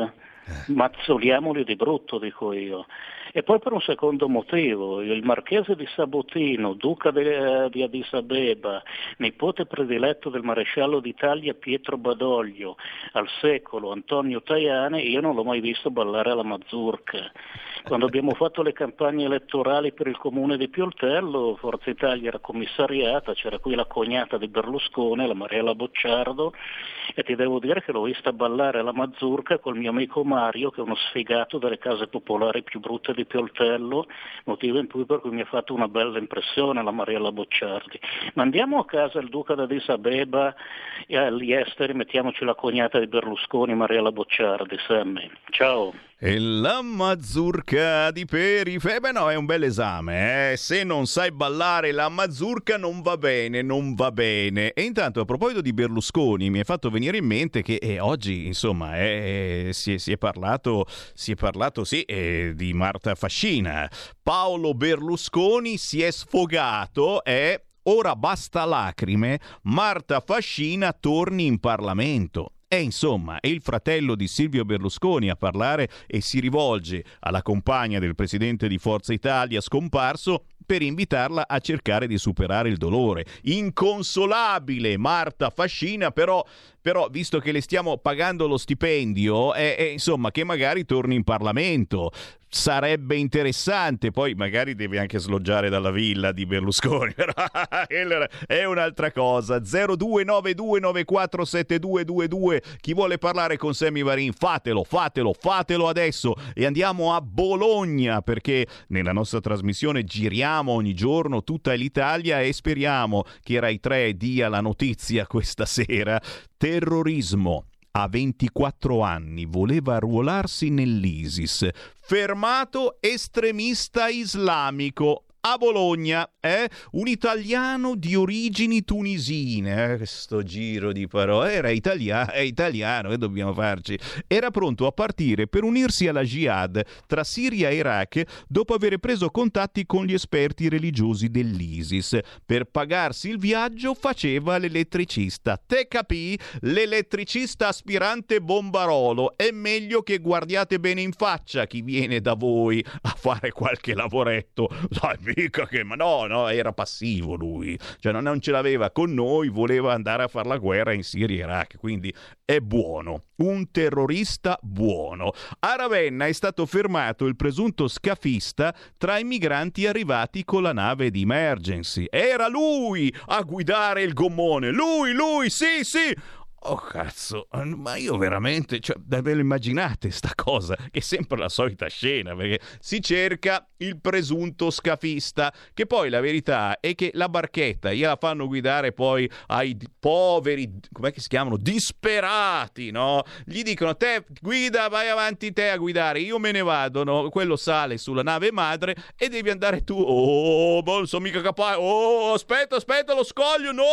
mazzoliamoli di brutto, dico io. E poi per un secondo motivo, il marchese di Sabotino, duca di Addis Abeba, nipote prediletto del maresciallo d'Italia Pietro Badoglio, al secolo Antonio Tajani, io non l'ho mai visto ballare alla mazurka. Quando abbiamo fatto le campagne elettorali per il comune di Pioltello, Forza Italia era commissariata, c'era qui la cognata di Berlusconi, la Mariella Bocciardo, e ti devo dire che l'ho vista ballare alla mazurka col mio amico Mario, che è uno sfigato delle case popolari più brutte di Pioltello, motivo in cui per cui mi ha fatto una bella impressione la Mariella Bocciardi. Mandiamo a casa il duca di Addis Abeba e agli esteri mettiamoci la cognata di Berlusconi, Mariella Bocciardi, Sammy. Ciao.
E la mazurka di periferia, beh no, è un bel esame, se non sai ballare la mazurka non va bene, non va bene. E intanto a proposito di Berlusconi mi è fatto venire in mente che oggi insomma si è parlato sì, di Marta Fascina. Paolo Berlusconi si è sfogato ora basta lacrime, Marta Fascina torni in Parlamento. Insomma, è il fratello di Silvio Berlusconi a parlare e si rivolge alla compagna del presidente di Forza Italia scomparso per invitarla a cercare di superare il dolore. Inconsolabile Marta Fascina, però visto che le stiamo pagando lo stipendio, insomma, che magari torni in Parlamento. Sarebbe interessante, poi magari deve anche sloggiare dalla villa di Berlusconi, però è un'altra cosa. 0292947222. Chi vuole parlare con Sammy Varin, fatelo adesso, e andiamo a Bologna, perché nella nostra trasmissione giriamo ogni giorno tutta l'Italia e speriamo che Rai 3 dia la notizia questa sera. Terrorismo. A 24 anni voleva arruolarsi nell'ISIS, fermato estremista islamico. A Bologna, un italiano di origini tunisine, questo giro di parole, è italiano, che dobbiamo farci? Era pronto a partire per unirsi alla jihad tra Siria e Iraq dopo aver preso contatti con gli esperti religiosi dell'ISIS. Per pagarsi il viaggio faceva l'elettricista. Te capì? L'elettricista aspirante bombarolo. È meglio che guardiate bene in faccia chi viene da voi a fare qualche lavoretto. Dai, ma no, era passivo lui, cioè non ce l'aveva con noi, voleva andare a fare la guerra in Siria e Iraq, quindi è buono, un terrorista buono. A Ravenna è stato fermato il presunto scafista tra i migranti arrivati con la nave di Emergency. Era lui a guidare il gommone, lui, sì. Oh cazzo, ma io veramente, ve lo immaginate sta cosa? Che è sempre la solita scena, perché si cerca il presunto scafista, che poi la verità è che la barchetta gliela fanno guidare poi ai poveri, com'è che si chiamano? Disperati, no? Gli dicono, te guida, vai avanti te a guidare, io me ne vado, no? Quello sale sulla nave madre e devi andare tu, non sono mica capace, aspetta, lo scoglio, no.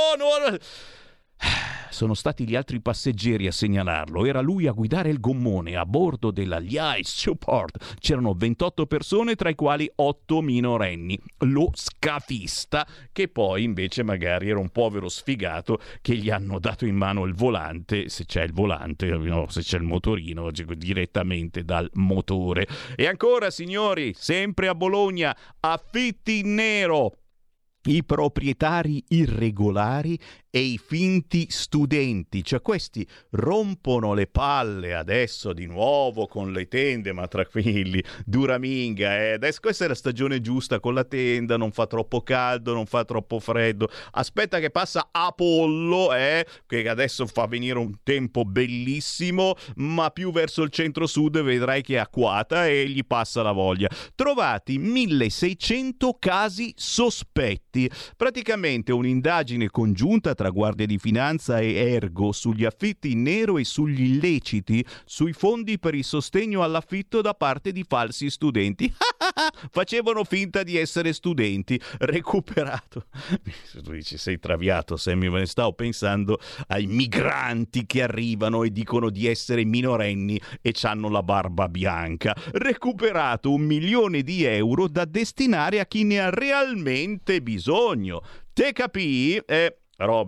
Sono stati gli altri passeggeri a segnalarlo. Era lui a guidare il gommone a bordo della Liais Support. C'erano 28 persone, tra i quali 8 minorenni. Lo scafista, che poi invece magari era un povero sfigato che gli hanno dato in mano il volante, se c'è il volante, no, se c'è il motorino, direttamente dal motore. E ancora, signori, sempre a Bologna, affitti in nero. I proprietari irregolari e i finti studenti, cioè questi rompono le adesso di nuovo con le tende, ma tranquilli, duraminga, adesso questa è la stagione giusta con la tenda, non fa troppo caldo, non fa troppo freddo, aspetta che passa Apollo, che adesso fa venire un tempo bellissimo, ma più verso il centro-sud vedrai che è acquata e gli passa la voglia. Trovati 1600 casi sospetti, praticamente un'indagine congiunta tra Guardia di Finanza e Ergo sugli affitti in nero e sugli illeciti sui fondi per il sostegno all'affitto da parte di falsi studenti. Facevano finta di essere studenti. Recuperato. Tu dici, sei traviato, Sammy, me ne stavo pensando ai migranti che arrivano e dicono di essere minorenni e c'hanno la barba bianca. Recuperato 1 milione di euro da destinare a chi ne ha realmente bisogno. Te capì? Robe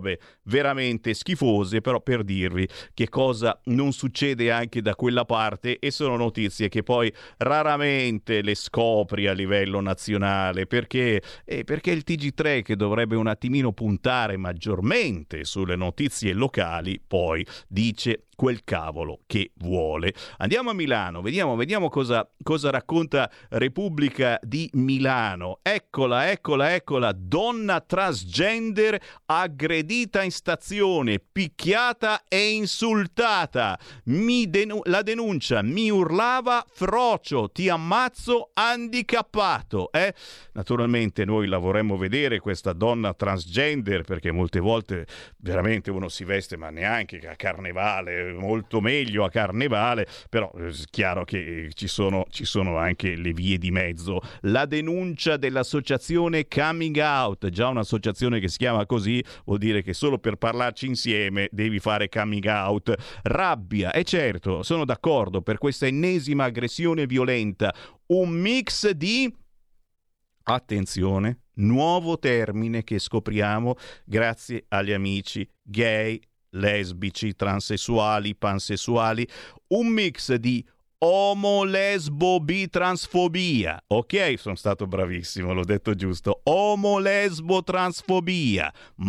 veramente schifose, però per dirvi che cosa non succede anche da quella parte, e sono notizie che poi raramente le scopri a livello nazionale, perché il TG3, che dovrebbe un attimino puntare maggiormente sulle notizie locali, poi dice quel cavolo che vuole. Andiamo a Milano, vediamo cosa racconta Repubblica di Milano. Eccola, donna transgender aggredita in stazione, picchiata e insultata. La denuncia: mi urlava frocio, ti ammazzo, handicappato. Naturalmente noi la vorremmo vedere questa donna transgender, perché molte volte veramente uno si veste ma neanche a carnevale, molto meglio a carnevale, però è chiaro che ci sono anche le vie di mezzo. La denuncia dell'associazione Coming Out, già un'associazione che si chiama così vuol dire che solo per parlarci insieme devi fare coming out. Rabbia, e certo, sono d'accordo, per questa ennesima aggressione violenta, un mix di, attenzione, nuovo termine che scopriamo grazie agli amici gay, lesbici, transessuali, pansessuali, un mix di omo, lesbo, bi, transfobia. Ok, sono stato bravissimo, l'ho detto giusto. Omo, lesbo, transfobia,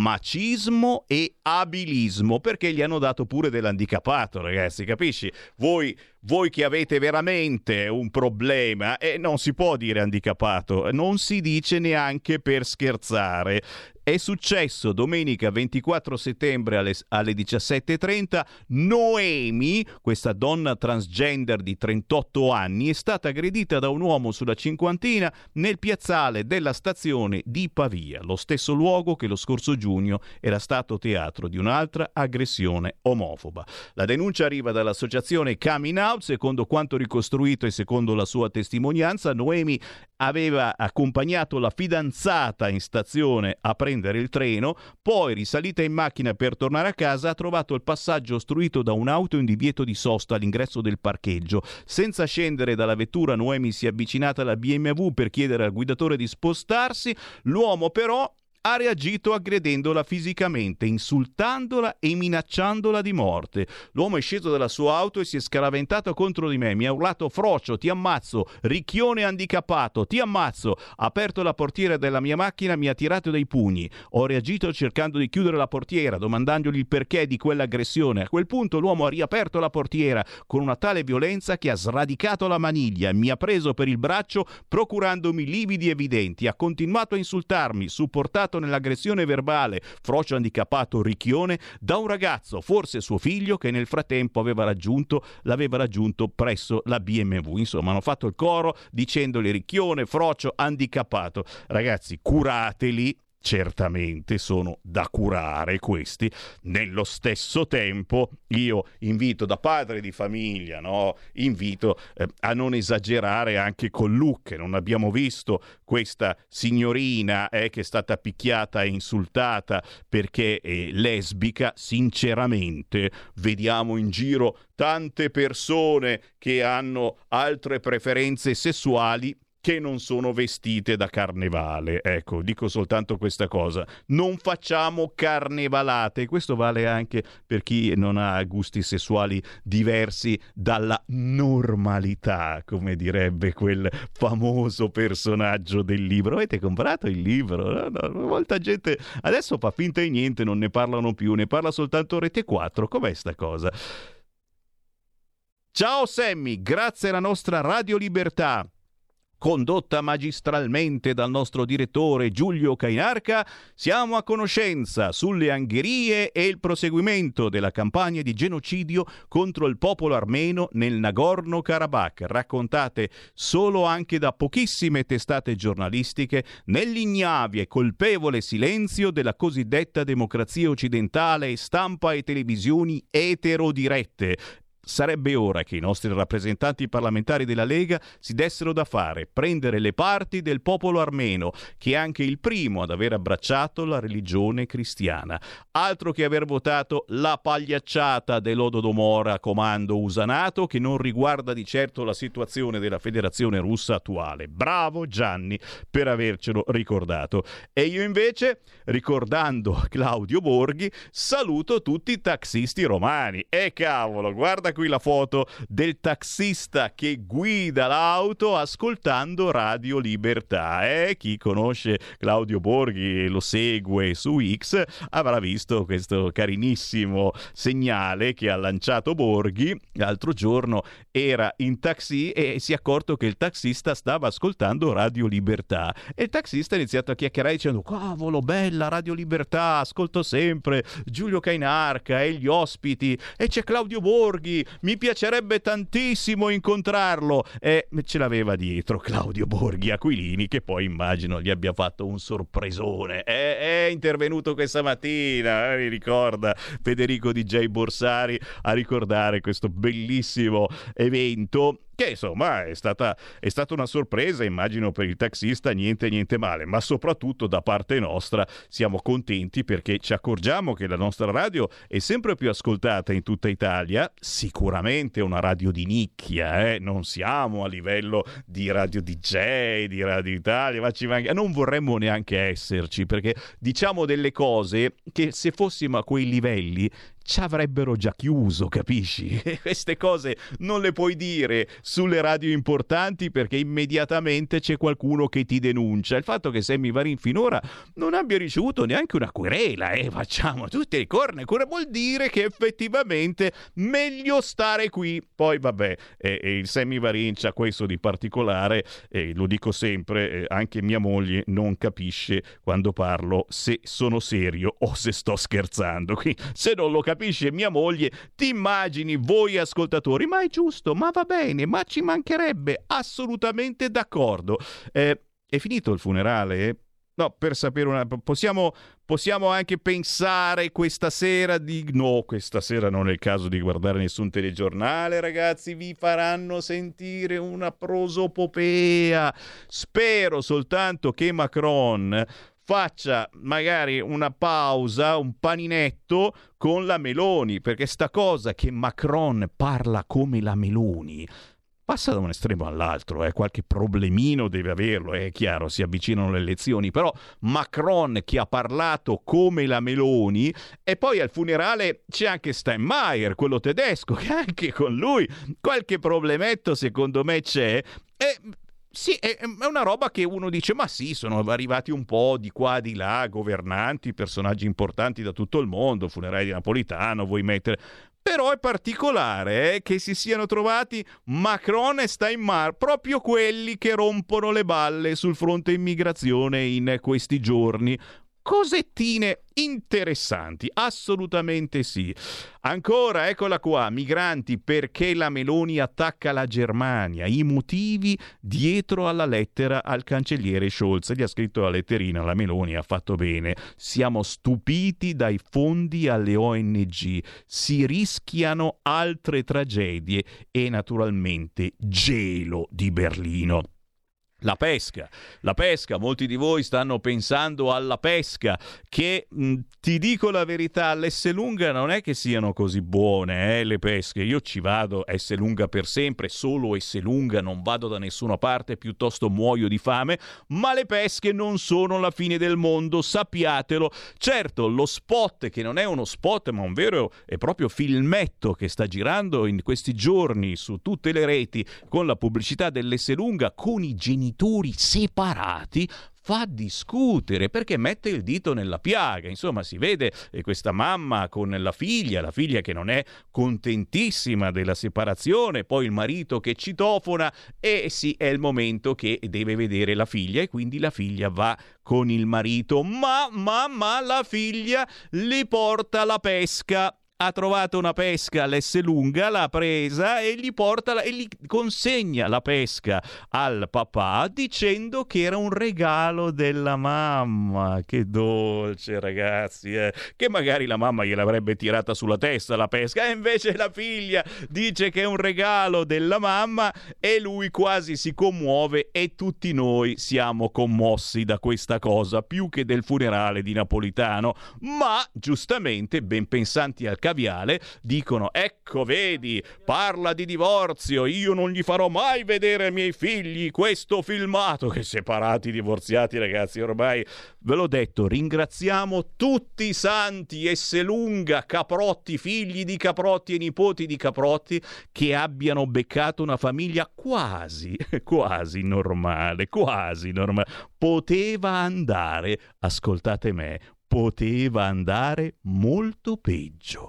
macismo e abilismo, perché gli hanno dato pure dell'handicappato, ragazzi, capisci? Voi che avete veramente un problema, non si può dire handicappato, non si dice neanche per scherzare. È successo domenica 24 settembre alle 17:30. Noemi, questa donna transgender di 38 anni, è stata aggredita da un uomo sulla cinquantina nel piazzale della stazione di Pavia, lo stesso luogo che lo scorso giugno era stato teatro di un'altra aggressione omofoba. La denuncia arriva dall'associazione Coming Out. Secondo quanto ricostruito e secondo la sua testimonianza, Noemi aveva accompagnato la fidanzata in stazione a prendere il treno, poi, risalita in macchina per tornare a casa, ha trovato il passaggio ostruito da un'auto in divieto di sosta all'ingresso del parcheggio. Senza scendere dalla vettura, Noemi si è avvicinata alla BMW per chiedere al guidatore di spostarsi. L'uomo però ha reagito aggredendola fisicamente, insultandola e minacciandola di morte. L'uomo è sceso dalla sua auto e si è scaraventato contro di me. Mi ha urlato frocio, ti ammazzo, ricchione handicappato, ti ammazzo. Ha aperto la portiera della mia macchina, mi ha tirato dei pugni. Ho reagito cercando di chiudere la portiera, domandandogli il perché di quell'aggressione. A quel punto l'uomo ha riaperto la portiera con una tale violenza che ha sradicato la maniglia, mi ha preso per il braccio procurandomi lividi evidenti. Ha continuato a insultarmi, supportato nell'aggressione verbale, frocio handicappato, ricchione, da un ragazzo, forse suo figlio, che nel frattempo l'aveva raggiunto presso la BMW. Insomma, hanno fatto il coro dicendogli ricchione, frocio, handicappato. Ragazzi, curateli. Certamente sono da curare questi. Nello stesso tempo io invito, da padre di famiglia, invito a non esagerare anche col look. Non abbiamo visto questa signorina che è stata picchiata e insultata perché è lesbica. Sinceramente vediamo in giro tante persone che hanno altre preferenze sessuali che non sono vestite da carnevale. Ecco, dico soltanto questa cosa. Non facciamo carnevalate. Questo vale anche per chi non ha gusti sessuali diversi dalla normalità, come direbbe quel famoso personaggio del libro. Avete comprato il libro? No, molta gente adesso fa finta di niente, non ne parlano più, ne parla soltanto Rete 4. Com'è sta cosa? Ciao Sammy, grazie alla nostra Radio Libertà, condotta magistralmente dal nostro direttore Giulio Cainarca, siamo a conoscenza sulle angherie e il proseguimento della campagna di genocidio contro il popolo armeno nel Nagorno-Karabakh, raccontate solo anche da pochissime testate giornalistiche nell'ignavio e colpevole silenzio della cosiddetta democrazia occidentale e stampa e televisioni eterodirette. Sarebbe ora che i nostri rappresentanti parlamentari della Lega si dessero da fare, prendere le parti del popolo armeno, che è anche il primo ad aver abbracciato la religione cristiana. Altro che aver votato la pagliacciata dell'Holodomor a comando usanato, che non riguarda di certo la situazione della Federazione Russa attuale. Bravo Gianni per avercelo ricordato. E io invece, ricordando Claudio Borghi, saluto tutti i taxisti romani. E cavolo, guarda qui la foto del taxista che guida l'auto ascoltando Radio Libertà. Chi conosce Claudio Borghi e lo segue su X avrà visto questo carinissimo segnale che ha lanciato Borghi. L'altro giorno era in taxi e si è accorto che il taxista stava ascoltando Radio Libertà, e il taxista ha iniziato a chiacchierare dicendo: cavolo, bella Radio Libertà, ascolto sempre Giulio Cainarca e gli ospiti, e c'è Claudio Borghi, mi piacerebbe tantissimo incontrarlo. E ce l'aveva dietro Claudio Borghi Aquilini, che poi immagino gli abbia fatto un sorpresone. È intervenuto questa mattina, mi ricorda Federico DJ Borsari a ricordare questo bellissimo evento, che insomma è stata una sorpresa, immagino, per il taxista, niente male, ma soprattutto da parte nostra siamo contenti perché ci accorgiamo che la nostra radio è sempre più ascoltata in tutta Italia. Sicuramente una radio di nicchia, non siamo a livello di Radio DJ, di Radio Italia, ma ci manca, non vorremmo neanche esserci, perché diciamo delle cose che se fossimo a quei livelli ci avrebbero già chiuso, capisci? Queste cose non le puoi dire sulle radio importanti perché immediatamente c'è qualcuno che ti denuncia. Il fatto che Sammy Varin finora non abbia ricevuto neanche una querela, facciamo tutte le corna, vuol dire che effettivamente meglio stare qui. Poi vabbè, il Sammy Varin c'ha questo di particolare, lo dico sempre, anche mia moglie non capisce quando parlo se sono serio o se sto scherzando. Quindi se non lo capisce mia moglie, ti immagini voi ascoltatori? Ma è giusto, ma va bene, ma ci mancherebbe, assolutamente d'accordo. È finito il funerale? No, per sapere possiamo anche pensare questa sera no, questa sera non è il caso di guardare nessun telegiornale, ragazzi, vi faranno sentire una prosopopea. Spero soltanto che Macron faccia magari una pausa, un paninetto con la Meloni, perché sta cosa che Macron parla come la Meloni passa da un estremo all'altro, qualche problemino deve averlo, è chiaro, si avvicinano le elezioni, però Macron che ha parlato come la Meloni, e poi al funerale c'è anche Steinmeier, quello tedesco, che anche con lui qualche problemetto secondo me c'è, e sì, è una roba che uno dice, ma sì, sono arrivati un po' di qua, di là, governanti, personaggi importanti da tutto il mondo, funerali di Napolitano, vuoi mettere... Però è particolare che si siano trovati Macron e Steinmeier, proprio quelli che rompono le balle sul fronte immigrazione in questi giorni. Cosettine interessanti, assolutamente sì. Ancora, eccola qua, migranti, perché la Meloni attacca la Germania, i motivi dietro alla lettera al cancelliere Scholz. Gli ha scritto la letterina, la Meloni ha fatto bene. Siamo stupiti dai fondi alle ONG, si rischiano altre tragedie e naturalmente gelo di Berlino. La pesca, molti di voi stanno pensando alla pesca, che ti dico la verità, all'Esselunga non è che siano così buone le pesche. Io ci vado, Esselunga per sempre, solo Esselunga, non vado da nessuna parte, piuttosto muoio di fame, ma le pesche non sono la fine del mondo, sappiatelo. Certo, lo spot, che non è uno spot ma un vero e proprio filmetto che sta girando in questi giorni su tutte le reti con la pubblicità dell'Esselunga con i genitori separati, fa discutere perché mette il dito nella piaga. Insomma, si vede questa mamma con la figlia che non è contentissima della separazione, poi il marito che citofona, e sì, è il momento che deve vedere la figlia e quindi la figlia va con il marito, ma la figlia li porta alla pesca. ha trovato una pesca all'Esselunga, l'ha presa e gli porta e gli consegna la pesca al papà dicendo che era un regalo della mamma. Che dolce, ragazzi, che magari la mamma gliel'avrebbe tirata sulla testa la pesca, e invece la figlia dice che è un regalo della mamma e lui quasi si commuove, e tutti noi siamo commossi da questa cosa più che del funerale di Napolitano. Ma giustamente ben pensanti al caviale dicono: ecco, vedi, parla di divorzio, io non gli farò mai vedere ai miei figli questo filmato. Che separati, divorziati, ragazzi, ormai ve l'ho detto, ringraziamo tutti i santi, Esselunga, Caprotti, figli di Caprotti e nipoti di Caprotti, che abbiano beccato una famiglia quasi normale, Poteva andare, ascoltate me, poteva andare molto peggio.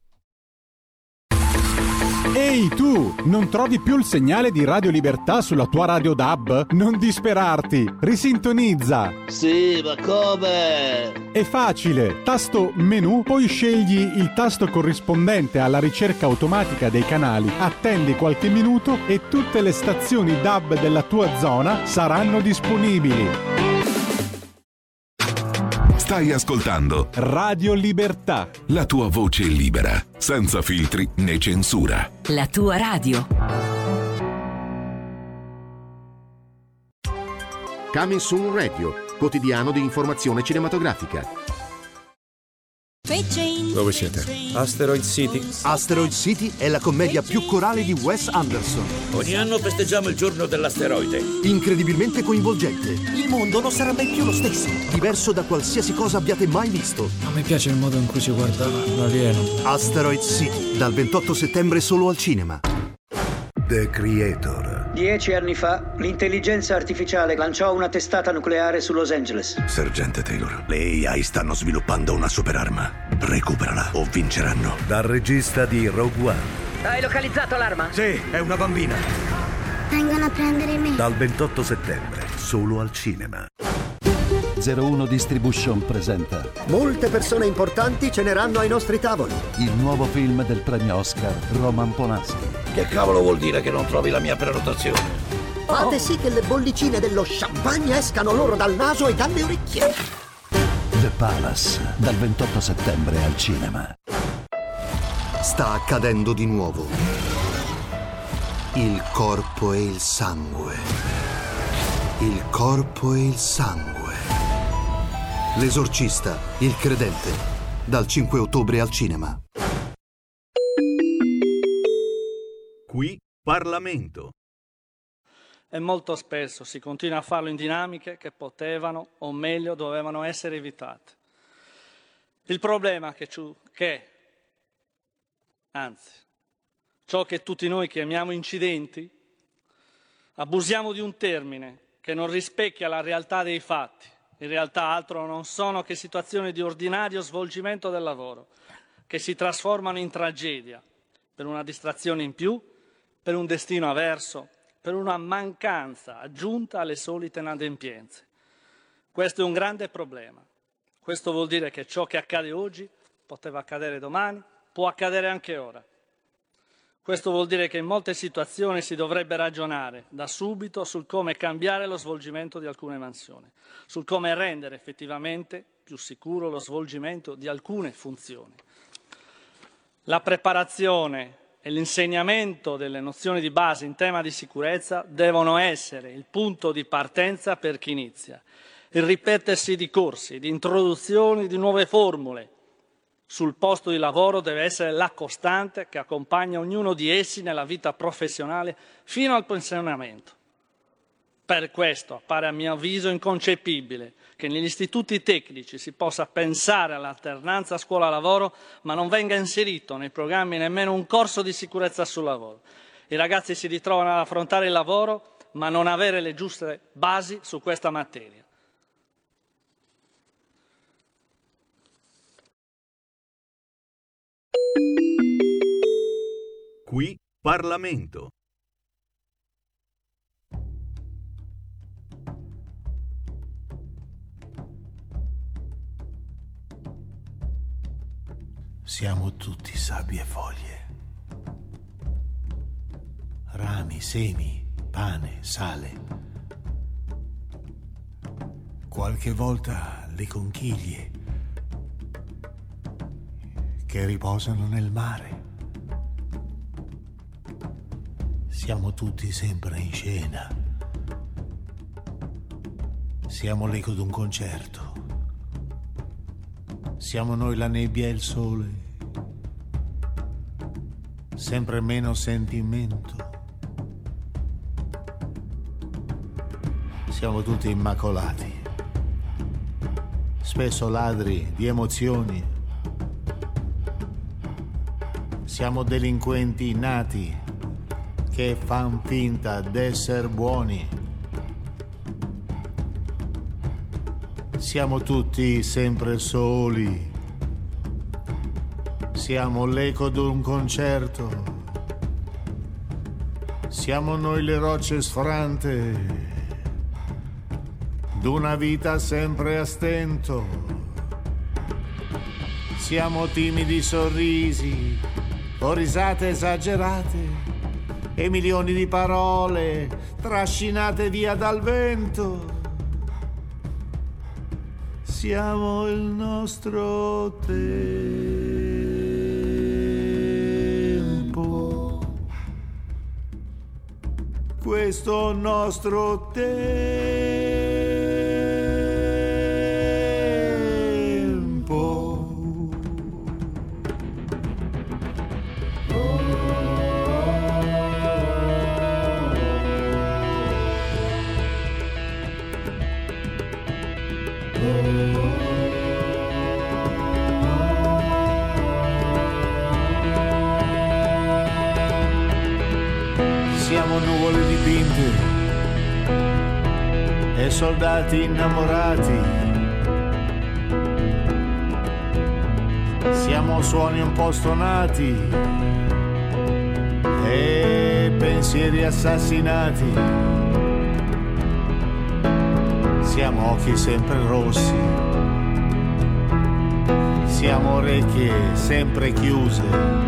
Ehi tu, non trovi più il segnale di Radio Libertà sulla tua radio DAB? Non disperarti, risintonizza.
Sì, ma come?
È facile, tasto menu, poi scegli il tasto corrispondente alla ricerca automatica dei canali, attendi qualche minuto e tutte le stazioni DAB della tua zona saranno disponibili.
Stai ascoltando
Radio Libertà,
la tua voce libera, senza filtri né censura.
La tua radio.
Coming Soon Radio, quotidiano di informazione cinematografica.
Dove siete? Asteroid City.
Asteroid City è la commedia più corale di Wes Anderson.
Ogni anno festeggiamo il giorno dell'asteroide.
Incredibilmente coinvolgente.
Il mondo non sarà mai più lo stesso.
Diverso da qualsiasi cosa abbiate mai visto.
A me piace il modo in cui si guarda l'alieno.
Asteroid City, dal 28 settembre solo al cinema.
The Creator.
10 anni fa, l'intelligenza artificiale lanciò una testata nucleare su Los Angeles.
Sergente Taylor, le AI stanno sviluppando una superarma. Recuperala o vinceranno. Dal regista di Rogue One.
Hai localizzato l'arma?
Sì, è una bambina.
Vengono a prendere me.
Dal 28 settembre, solo al cinema.
01 Distribution presenta
Molte persone importanti ceneranno ai nostri tavoli.
il nuovo film del premio Oscar Roman Polanski.
Che cavolo vuol dire che non trovi la mia prenotazione?
Fate sì che le bollicine dello champagne escano loro dal naso e dalle orecchie.
The Palace, dal 28 settembre al cinema.
Sta accadendo di nuovo. Il corpo e il sangue. Il corpo e il sangue. L'esorcista, il credente, dal 5 ottobre al cinema.
Qui Parlamento.
E molto spesso si continua a farlo in dinamiche che potevano, o meglio, dovevano essere evitate. Il problema è ciò che tutti noi chiamiamo incidenti, abusiamo di un termine che non rispecchia la realtà dei fatti. In realtà altro non sono che situazioni di ordinario svolgimento del lavoro, che si trasformano in tragedia, per una distrazione in più, per un destino avverso, per una mancanza aggiunta alle solite inadempienze. Questo è un grande problema. Questo vuol dire che ciò che accade oggi poteva accadere domani, può accadere anche ora. Questo vuol dire che in molte situazioni si dovrebbe ragionare da subito sul come cambiare lo svolgimento di alcune mansioni, sul come rendere effettivamente più sicuro lo svolgimento di alcune funzioni. La preparazione e l'insegnamento delle nozioni di base in tema di sicurezza devono essere il punto di partenza per chi inizia. Il ripetersi di corsi, di introduzioni di nuove formule sul posto di lavoro deve essere la costante che accompagna ognuno di essi nella vita professionale fino al pensionamento. Per questo appare a mio avviso inconcepibile che negli istituti tecnici si possa pensare all'alternanza scuola-lavoro ma non venga inserito nei programmi nemmeno un corso di sicurezza sul lavoro. I ragazzi si ritrovano ad affrontare il lavoro ma non avere le giuste basi su questa materia.
Qui Parlamento.
Siamo tutti sabbie e foglie, rami, semi, pane, sale. Qualche volta le conchiglie che riposano nel mare. Siamo tutti sempre in scena. Siamo l'eco d'un concerto. Siamo noi la nebbia e il sole. Sempre meno sentimento. Siamo tutti immacolati. Spesso ladri di emozioni. Siamo delinquenti nati che fan finta d'essere buoni. Siamo tutti sempre soli. Siamo l'eco d'un concerto. Siamo noi le rocce sfrante d'una vita sempre a stento. Siamo timidi sorrisi o risate esagerate e milioni di parole trascinate via dal vento. Siamo il nostro tempo, questo nostro tempo. Siamo nuvole dipinte e soldati innamorati. Siamo suoni un po' stonati e pensieri assassinati. Siamo occhi sempre rossi. Siamo orecchie sempre chiuse.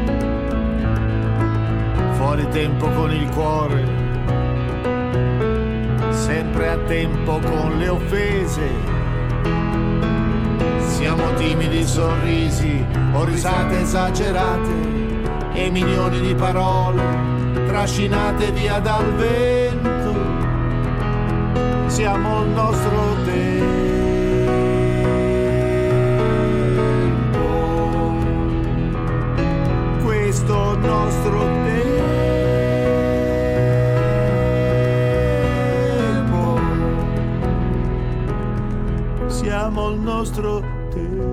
Fuori tempo con il cuore, sempre a tempo con le offese. Siamo timidi sorrisi o risate esagerate e milioni di parole trascinate via dal vento. Siamo il nostro tempo, questo nostro tempo. Siamo il nostro tempo.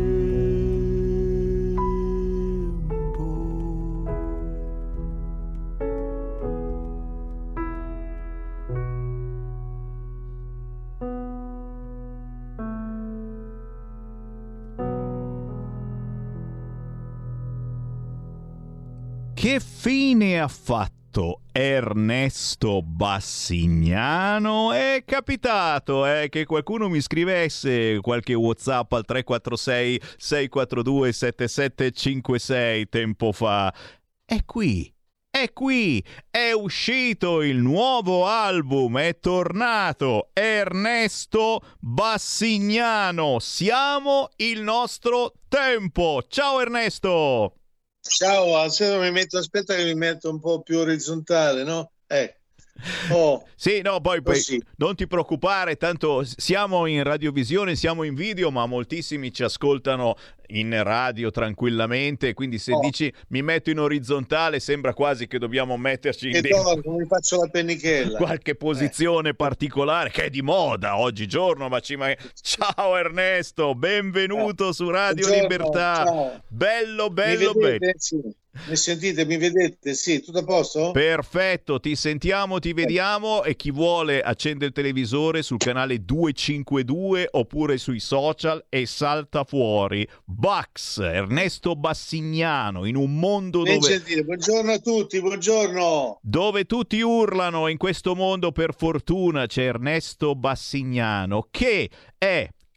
Che fine ha fatto Ernesto Bassignano? È capitato che qualcuno mi scrivesse qualche WhatsApp al 346 642 7756 tempo fa. È qui, è uscito il nuovo album, è tornato Ernesto Bassignano. Siamo il nostro tempo. Ciao Ernesto!
Ciao, aspetta che mi metto un po' più orizzontale, no?
Sì, no, poi non ti preoccupare, tanto siamo in radiovisione, siamo in video, ma moltissimi ci ascoltano in radio tranquillamente, quindi se dici mi metto in orizzontale sembra quasi che dobbiamo metterci in
dentro mi faccio la pennichella,
qualche posizione particolare che è di moda oggigiorno, ma ciao Ernesto, benvenuto su Radio Libertà.
Ciao.
Bello.
Sì. Mi sentite, mi vedete? Sì, tutto a posto?
Perfetto, ti sentiamo, ti vediamo, e chi vuole accende il televisore sul canale 252 oppure sui social e salta fuori Bax, Ernesto Bassignano, in un mondo dove...
Buongiorno a tutti, buongiorno!
Dove tutti urlano, in questo mondo per fortuna c'è Ernesto Bassignano, che è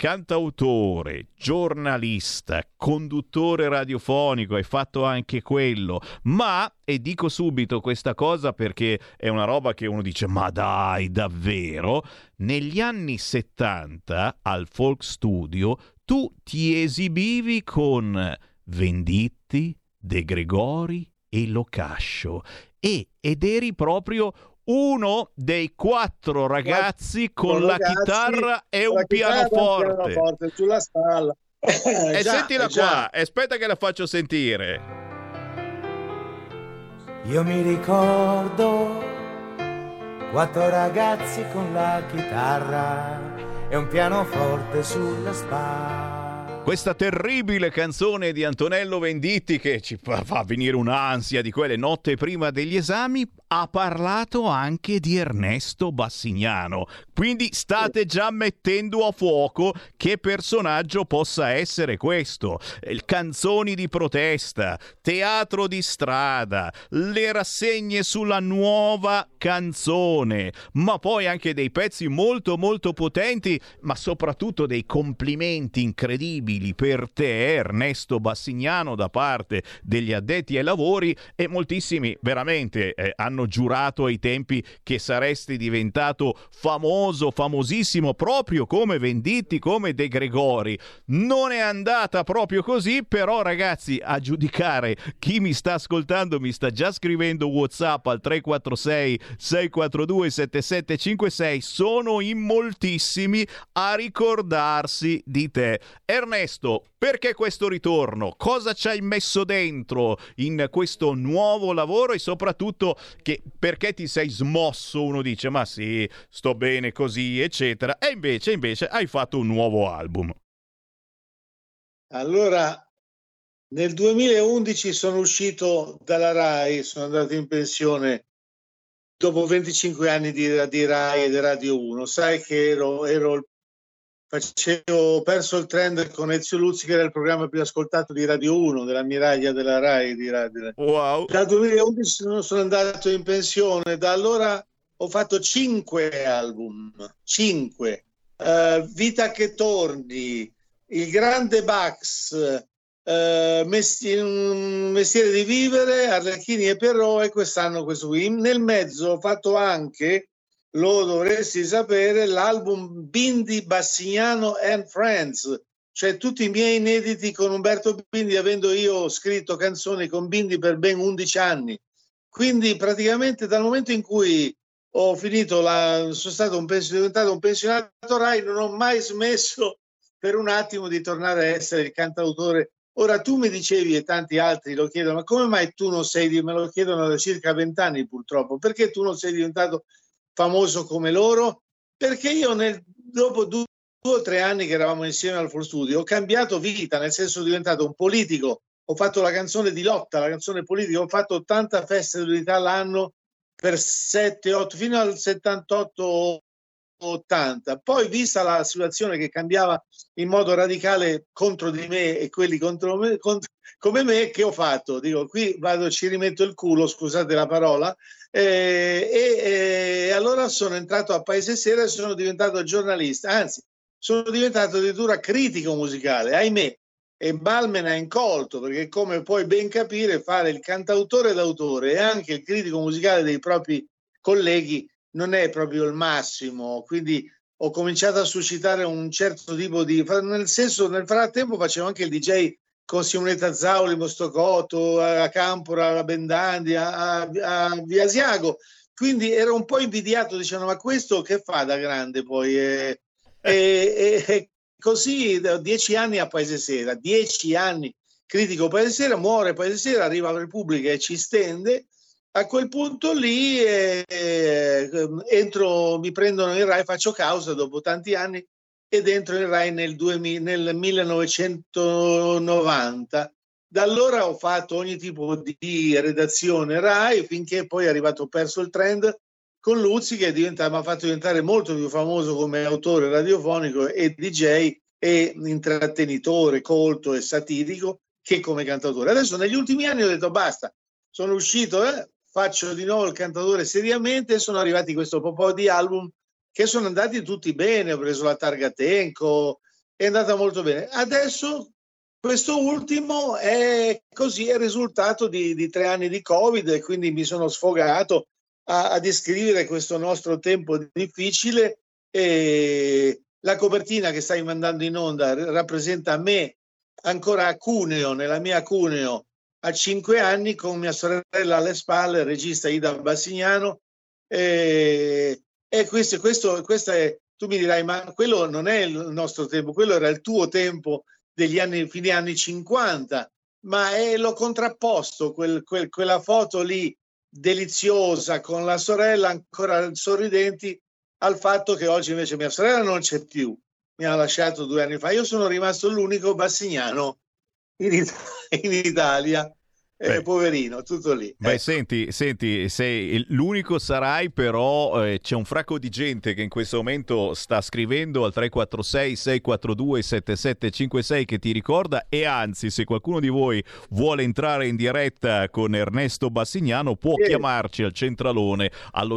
cantautore, giornalista, conduttore radiofonico, hai fatto anche quello, ma, e dico subito questa cosa perché è una roba che uno dice ma dai, davvero? Negli anni 70 al Folk Studio tu ti esibivi con Venditti, De Gregori e Locascio ed eri proprio uno dei 4 ragazzi con la chitarra e un pianoforte
sulla spalla.
E sentila qua, aspetta che la faccio sentire.
Io mi ricordo 4 ragazzi con la chitarra e un pianoforte sulla spalla.
Questa terribile canzone di Antonello Venditti che ci fa venire un'ansia di quelle notte prima degli esami, ha parlato anche di Ernesto Bassignano. Quindi state già mettendo a fuoco che personaggio possa essere questo. Canzoni di protesta, teatro di strada, le rassegne sulla nuova canzone, ma poi anche dei pezzi molto molto potenti, ma soprattutto dei complimenti incredibili per te, Ernesto Bassignano, da parte degli addetti ai lavori, e moltissimi veramente hanno giurato ai tempi che saresti diventato famoso, famosissimo, proprio come Venditti, come De Gregori. Non è andata proprio così, però ragazzi, a giudicare chi mi sta ascoltando, mi sta già scrivendo WhatsApp al 346 642 7756, sono in moltissimi a ricordarsi di te. Ernesto, perché questo ritorno? Cosa ci hai messo dentro in questo nuovo lavoro e soprattutto perché ti sei smosso? Uno dice ma sì, sto bene così eccetera, e invece hai fatto un nuovo album.
Allora, nel 2011 sono uscito dalla Rai, sono andato in pensione dopo 25 anni di Rai e di Radio 1. Sai che ho perso il trend con Ezio Luzzi, che era il programma più ascoltato di Radio 1, dell'ammiraglia della Rai.
Wow.
Dal 2011 sono andato in pensione, da allora ho fatto 5 album, 5. Vita che torni, Il grande Bax, Mestiere di vivere, Arlecchini e Perrò, e quest'anno questo qui. Nel mezzo ho fatto anche, lo dovresti sapere, l'album Bindi, Bassignano and Friends, cioè tutti i miei inediti con Umberto Bindi, avendo io scritto canzoni con Bindi per ben 11 anni. Quindi praticamente dal momento in cui ho finito, sono diventato un pensionato Rai, non ho mai smesso per un attimo di tornare a essere il cantautore. Ora tu mi dicevi, e tanti altri lo chiedono, ma come mai tu non sei, me lo chiedono da circa 20 anni purtroppo, perché tu non sei diventato famoso come loro? Perché io dopo 2 o 3 anni che eravamo insieme al Folk Studio ho cambiato vita, nel senso sono diventato un politico, ho fatto la canzone di lotta, la canzone politica, ho fatto 80 feste dell'unità l'anno per 7-8 fino al 78-80. Poi, vista la situazione che cambiava in modo radicale contro di me e quelli contro me, come me, che ho fatto? Dico, qui ci rimetto il culo, scusate la parola, e allora sono entrato a Paese Sera e sono diventato giornalista, anzi sono diventato addirittura critico musicale, ahimè, e mal me ne ha incolto, perché come puoi ben capire, fare il cantautore d'autore e anche il critico musicale dei propri colleghi non è proprio il massimo, quindi ho cominciato a suscitare un certo tipo di, nel senso, nel frattempo facevo anche il DJ con Simonetta Zauli, Mostocotto, a Campora, a Bendandi, a Via Asiago, quindi ero un po' invidiato, dicendo ma questo che fa da grande poi? E così 10 anni a Paese Sera, 10 anni critico Paese Sera, muore Paese Sera, arriva la Repubblica e ci stende. A quel punto lì mi prendono in Rai, faccio causa dopo tanti anni ed entro in Rai nel 1990. Da allora ho fatto ogni tipo di redazione Rai, finché poi è arrivato, perso il trend con Luzzi, che mi ha fatto diventare molto più famoso come autore radiofonico e DJ e intrattenitore colto e satirico che come cantautore. Adesso negli ultimi anni ho detto basta, sono uscito, faccio di nuovo il cantautore seriamente, e sono arrivati questo po' di album che sono andati tutti bene. Ho preso la targa Tenco è andata molto bene. Adesso questo ultimo è così, è il risultato di 3 anni di Covid, e quindi mi sono sfogato a descrivere questo nostro tempo difficile. E la copertina che stai mandando in onda rappresenta me ancora a Cuneo, nella mia Cuneo, a 5 anni, con mia sorella alle spalle, il regista Ida Bassignano. E questo è, tu mi dirai, ma quello non è il nostro tempo, quello era il tuo tempo degli anni, fine anni 50, ma l'ho contrapposto quella foto lì deliziosa con la sorella ancora sorridenti al fatto che oggi invece mia sorella non c'è più, mi ha lasciato 2 anni fa. Io sono rimasto l'unico bassignano in Italia. Poverino, tutto lì.
Beh, senti, sei l'unico sarai, però c'è un fracco di gente che in questo momento sta scrivendo al 346-642-7756 che ti ricorda, e anzi, se qualcuno di voi vuole entrare in diretta con Ernesto Bassignano può chiamarci al centralone allo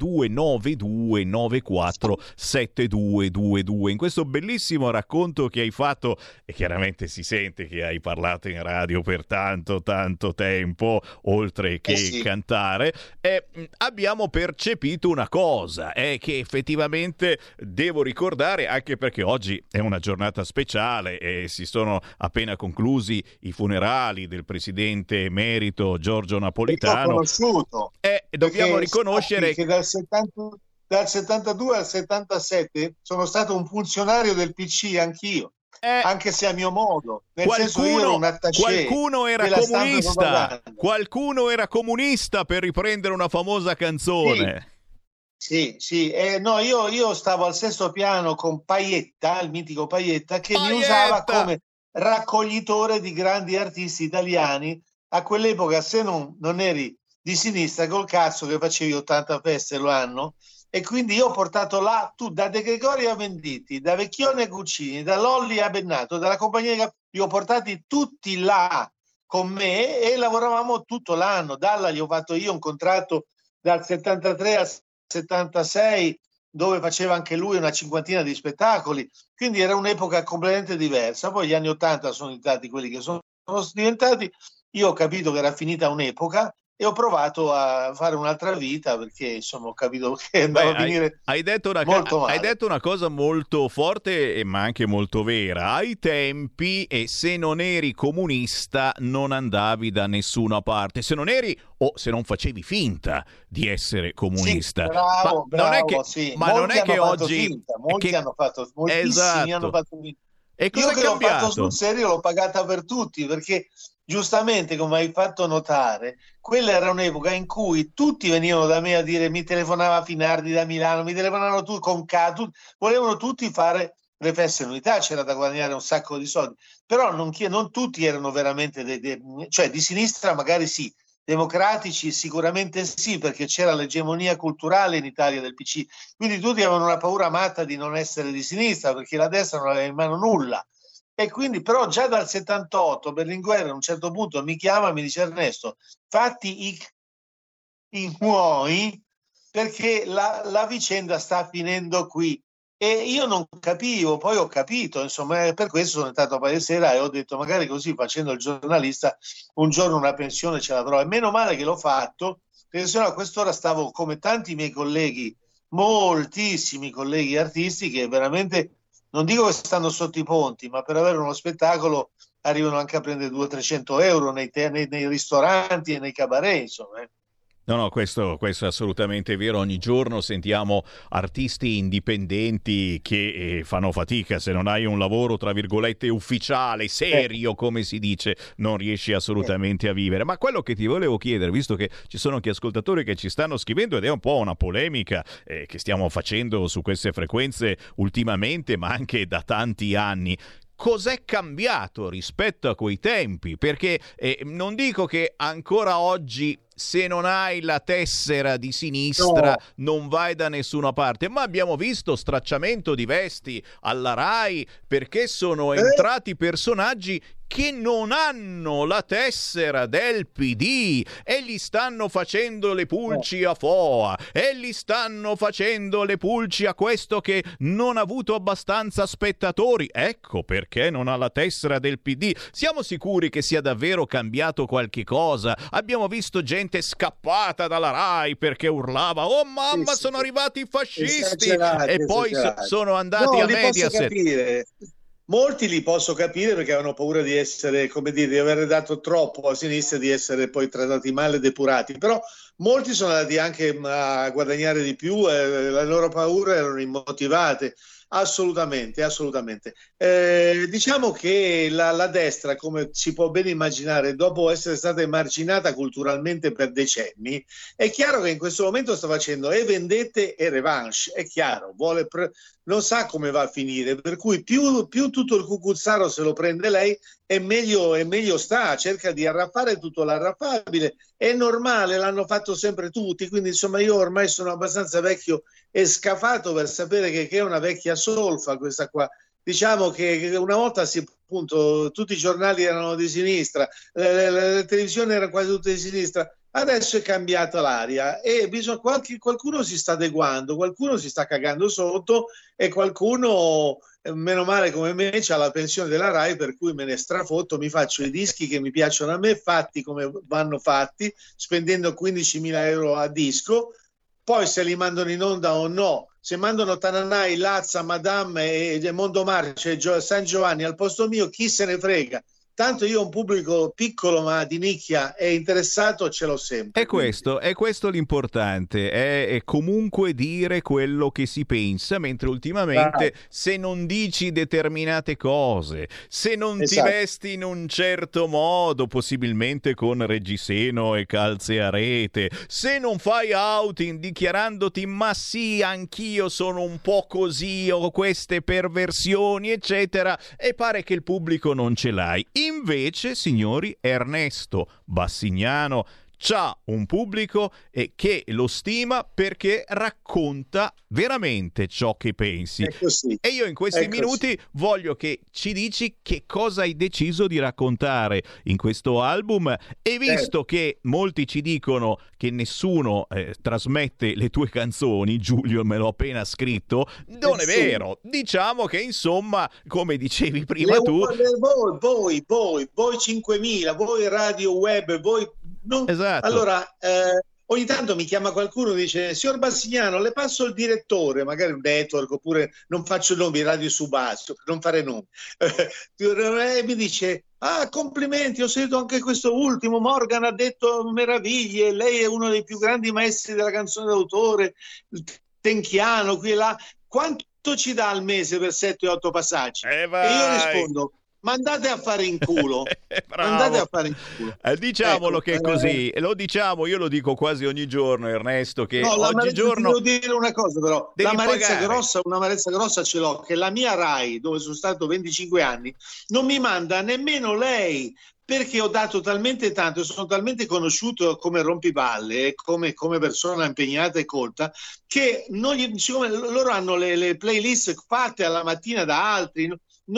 0292947222. In questo bellissimo racconto che hai fatto, e chiaramente si sente che hai parlato in radio per tanto tempo, oltre che cantare, abbiamo percepito una cosa, che effettivamente devo ricordare, anche perché oggi è una giornata speciale e si sono appena conclusi i funerali del presidente emerito Giorgio Napolitano.
L'ho conosciuto.
Dobbiamo riconoscere
che dal 72 al 77 sono stato un funzionario del PC anch'io. Anche se a mio modo, nel senso io ero un attaché,
qualcuno era comunista, per riprendere una famosa canzone.
Sì. No, io stavo al 6° piano con Paietta, il mitico Paietta, che mi usava come raccoglitore di grandi artisti italiani. A quell'epoca, se non eri di sinistra, col cazzo che facevi 80 feste l'anno. E quindi io ho portato là, da De Gregori a Venditti, da Vecchione a Guccini, da Lolli a Bennato, dalla compagnia li ho portati tutti là con me e lavoravamo tutto l'anno. Dalla gli ho fatto io un contratto dal 73 al 76, dove faceva anche lui una 50ina di spettacoli, quindi era un'epoca completamente diversa. Poi gli anni 80 sono stati quelli che sono diventati. Io ho capito che era finita un'epoca e ho provato a fare un'altra vita, perché insomma ho capito che andava a finire molto male.
Hai detto una cosa molto forte ma anche molto vera. Ai tempi, e se non eri comunista non andavi da nessuna parte, se non eri o se non facevi finta di essere comunista.
Sì, bravo,
non è che,
sì.
ma non è che oggi
finta, moltissimi hanno fatto finta.
E cosa
io
è
che
cambiato?
L'ho fatto sul serio, l'ho pagata per tutti, perché giustamente, come hai fatto notare, quella era un'epoca in cui tutti venivano da me a dire, mi telefonava Finardi da Milano, mi telefonavano tutti con volevano tutti fare le feste in unità, c'era da guadagnare un sacco di soldi, però non tutti erano veramente cioè di sinistra magari sì, democratici sicuramente sì, perché c'era l'egemonia culturale in Italia del PC, quindi tutti avevano una paura matta di non essere di sinistra, perché la destra non aveva in mano nulla. E quindi però già dal 78 Berlinguer a un certo punto mi chiama e mi dice: Ernesto, fatti i tuoi, perché la vicenda sta finendo qui. E io non capivo, poi ho capito, insomma, per questo sono entrato a Paese Sera e ho detto magari così, facendo il giornalista, un giorno una pensione ce l'avrò. E meno male che l'ho fatto, perché sennò a quest'ora stavo come tanti miei colleghi, moltissimi colleghi artisti, che veramente, non dico che stanno sotto i ponti, ma per avere uno spettacolo arrivano anche a prendere 200-300 euro nei ristoranti e nei cabaret, insomma.
No, questo è assolutamente vero. Ogni giorno sentiamo artisti indipendenti che fanno fatica. Se non hai un lavoro, tra virgolette, ufficiale, serio, come si dice, non riesci assolutamente a vivere. Ma quello che ti volevo chiedere, visto che ci sono anche ascoltatori che ci stanno scrivendo, ed è un po' una polemica che stiamo facendo su queste frequenze ultimamente, ma anche da tanti anni, cos'è cambiato rispetto a quei tempi? Perché non dico che ancora oggi, se non hai la tessera di sinistra, non vai da nessuna parte, ma abbiamo visto stracciamento di vesti alla Rai perché sono entrati personaggi che non hanno la tessera del PD e gli stanno facendo le pulci a Foa e gli stanno facendo le pulci a questo che non ha avuto abbastanza spettatori. Ecco perché non ha la tessera del PD. Siamo sicuri che sia davvero cambiato qualche cosa? Abbiamo visto gente scappata dalla Rai perché urlava "Oh mamma, sono arrivati i fascisti" e poi sono andati a Mediaset.
Molti li posso capire perché avevano paura di essere, come dire, di aver dato troppo a sinistra e di essere poi trattati male, depurati, però molti sono andati anche a guadagnare di più e le loro paure erano immotivate. Assolutamente. Diciamo che la destra, come si può ben immaginare, dopo essere stata emarginata culturalmente per decenni, è chiaro che in questo momento sta facendo e vendette e revanche, è chiaro, non sa come va a finire, per cui più tutto il cucuzzaro se lo prende lei e meglio sta, cerca di arraffare tutto l'arraffabile, è normale, l'hanno fatto sempre tutti, quindi insomma io ormai sono abbastanza vecchio e scafato per sapere che è una vecchia solfa questa qua. Diciamo che una volta appunto tutti i giornali erano di sinistra, le televisioni erano quasi tutte di sinistra, adesso è cambiata l'aria e qualcuno si sta adeguando, qualcuno si sta cagando sotto e qualcuno, meno male come me, c'ha la pensione della Rai, per cui me ne strafotto, mi faccio i dischi che mi piacciono a me, fatti come vanno fatti, spendendo 15.000 euro a disco. Poi se li mandano in onda o no, se mandano Tananai, Lazza, Madame e Mondo Marce e San Giovanni al posto mio, chi se ne frega? Tanto io ho un pubblico piccolo ma di nicchia e interessato, ce l'ho sempre.
È questo l'importante, è comunque dire quello che si pensa, mentre ultimamente se non dici determinate cose, se non ti vesti in un certo modo, possibilmente con reggiseno e calze a rete, se non fai outing dichiarandoti ma sì, anch'io sono un po' così, ho queste perversioni, eccetera, e pare che il pubblico non ce l'hai. Invece, signori, Ernesto Bassignano c'ha un pubblico che lo stima perché racconta veramente ciò che pensi. E io in questi minuti voglio che ci dici che cosa hai deciso di raccontare in questo album, e visto che molti ci dicono che nessuno trasmette le tue canzoni, Giulio me l'ho appena scritto, non è vero. Diciamo che insomma, come dicevi prima
voi 5.000, voi radio web, voi allora ogni tanto mi chiama qualcuno e dice signor Bassignano, le passo il direttore, magari un network, oppure non faccio nomi, radio Subasio, per non fare nomi, e mi dice complimenti, ho sentito anche questo ultimo, Morgan ha detto meraviglie, lei è uno dei più grandi maestri della canzone d'autore, Tenchiano, qui e là, quanto ci dà al mese per 7-8 passaggi? E io rispondo: ma andate a fare in culo. Andate a fare in culo.
Diciamolo, che è così, lo diciamo, io lo dico quasi ogni giorno, Ernesto, che oggigiorno
devo dire una cosa, però l'amarezza grossa, un'amarezza grossa ce l'ho, che la mia Rai, dove sono stato 25 anni, non mi manda nemmeno lei, perché ho dato talmente tanto, sono talmente conosciuto come rompipalle, come persona impegnata e colta, che siccome loro hanno le playlist fatte alla mattina da altri,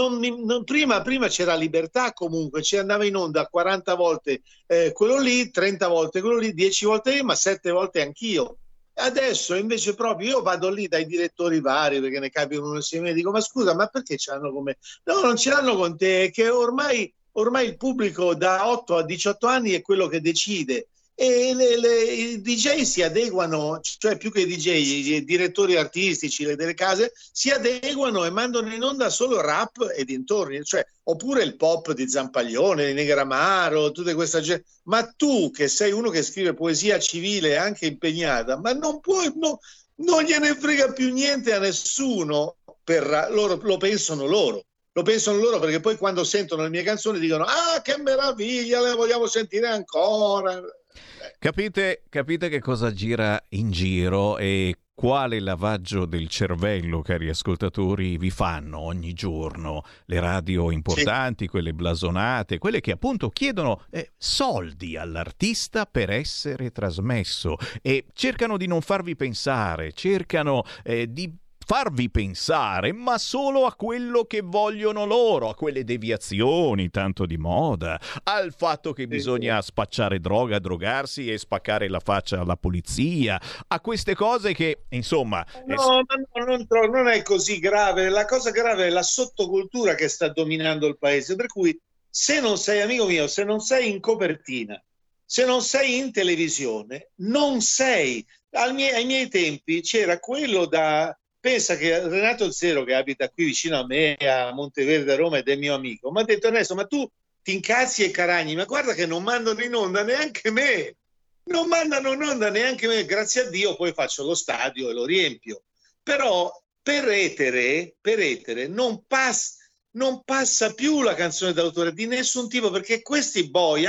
prima c'era libertà, comunque ci andava in onda 40 volte quello lì, 30 volte quello lì, 10 volte io, ma 7 volte anch'io. Adesso invece proprio io vado lì dai direttori vari, perché ne capita uno insieme, e dico ma scusa, ma perché ce l'hanno con me? No, non ce l'hanno con te, è che ormai il pubblico da 8 a 18 anni è quello che decide, e i DJ si adeguano, cioè più che i DJ, i direttori artistici delle case si adeguano e mandano in onda solo rap e dintorni, cioè, oppure il pop di Zampaglione, di Negramaro, tutte questa gente. Ma tu, che sei uno che scrive poesia civile anche impegnata, ma non puoi, non gliene frega più niente a nessuno, lo pensano loro. Lo pensano loro, perché poi quando sentono le mie canzoni dicono che meraviglia, le vogliamo sentire ancora.
Capite che cosa gira in giro e quale lavaggio del cervello, cari ascoltatori, vi fanno ogni giorno le radio importanti, quelle blasonate, quelle che appunto chiedono soldi all'artista per essere trasmesso, e cercano di non farvi pensare, cercano di farvi pensare, ma solo a quello che vogliono loro, a quelle deviazioni tanto di moda, al fatto che bisogna spacciare droga, drogarsi e spaccare la faccia alla polizia, a queste cose che, insomma...
No, non è così grave. La cosa grave è la sottocultura che sta dominando il paese, per cui se non sei, amico mio, se non sei in copertina, se non sei in televisione, non sei. Ai miei tempi c'era quello pensa che Renato Zero, che abita qui vicino a me, a Monteverde, a Roma, ed è mio amico, mi ha detto: Ernesto, ma tu ti incazzi e caragni, ma guarda che non mandano in onda neanche me. Non mandano in onda neanche me, grazie a Dio poi faccio lo stadio e lo riempio. Però per etere non passa più la canzone d'autore di nessun tipo, perché questi boy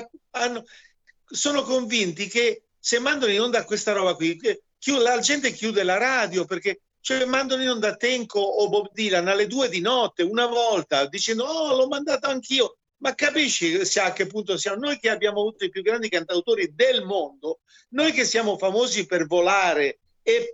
sono convinti che se mandano in onda questa roba qui, la gente chiude la radio, perché mandano in onda Tenco o Bob Dylan alle 2 di notte una volta dicendo: oh, l'ho mandato anch'io. Ma capisci a che punto siamo? Noi che abbiamo avuto i più grandi cantautori del mondo, noi che siamo famosi per Volare e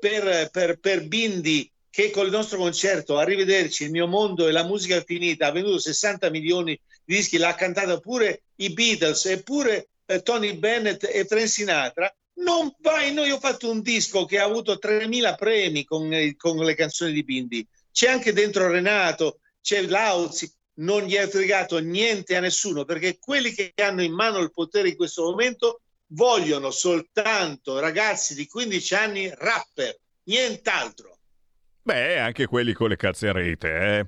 per Bindi, che con il nostro concerto Arrivederci, il mio mondo e la musica finita ha venduto 60 milioni di dischi, l'ha cantata pure i Beatles e pure Tony Bennett e Frank Sinatra. Non vai, noi ho fatto un disco che ha avuto 3.000 premi con le canzoni di Bindi, c'è anche dentro Renato, c'è Lauzi. Non gli è fregato niente a nessuno, perché quelli che hanno in mano il potere in questo momento vogliono soltanto ragazzi di 15 anni rapper, nient'altro.
Beh, anche quelli con le cazzerete,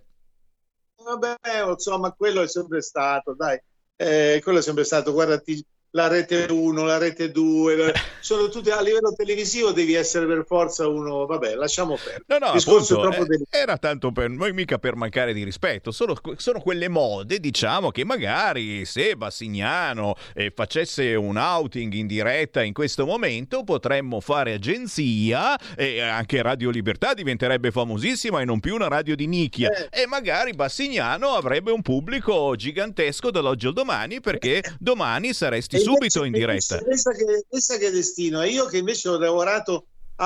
Vabbè, insomma, quello è sempre stato, dai. Quello è sempre stato, guardati la rete 1, la rete 2, sono tutti a livello televisivo, devi essere per forza uno, vabbè, lasciamo perdere.
No, appunto, era tanto mica per mancare di rispetto, sono quelle mode, diciamo, che magari se Bassignano facesse un outing in diretta in questo momento potremmo fare agenzia e anche Radio Libertà diventerebbe famosissima e non più una radio di nicchia e magari Bassignano avrebbe un pubblico gigantesco dall'oggi al domani, perché domani saresti subito in diretta.
Pensa che destino. E io che invece ho lavorato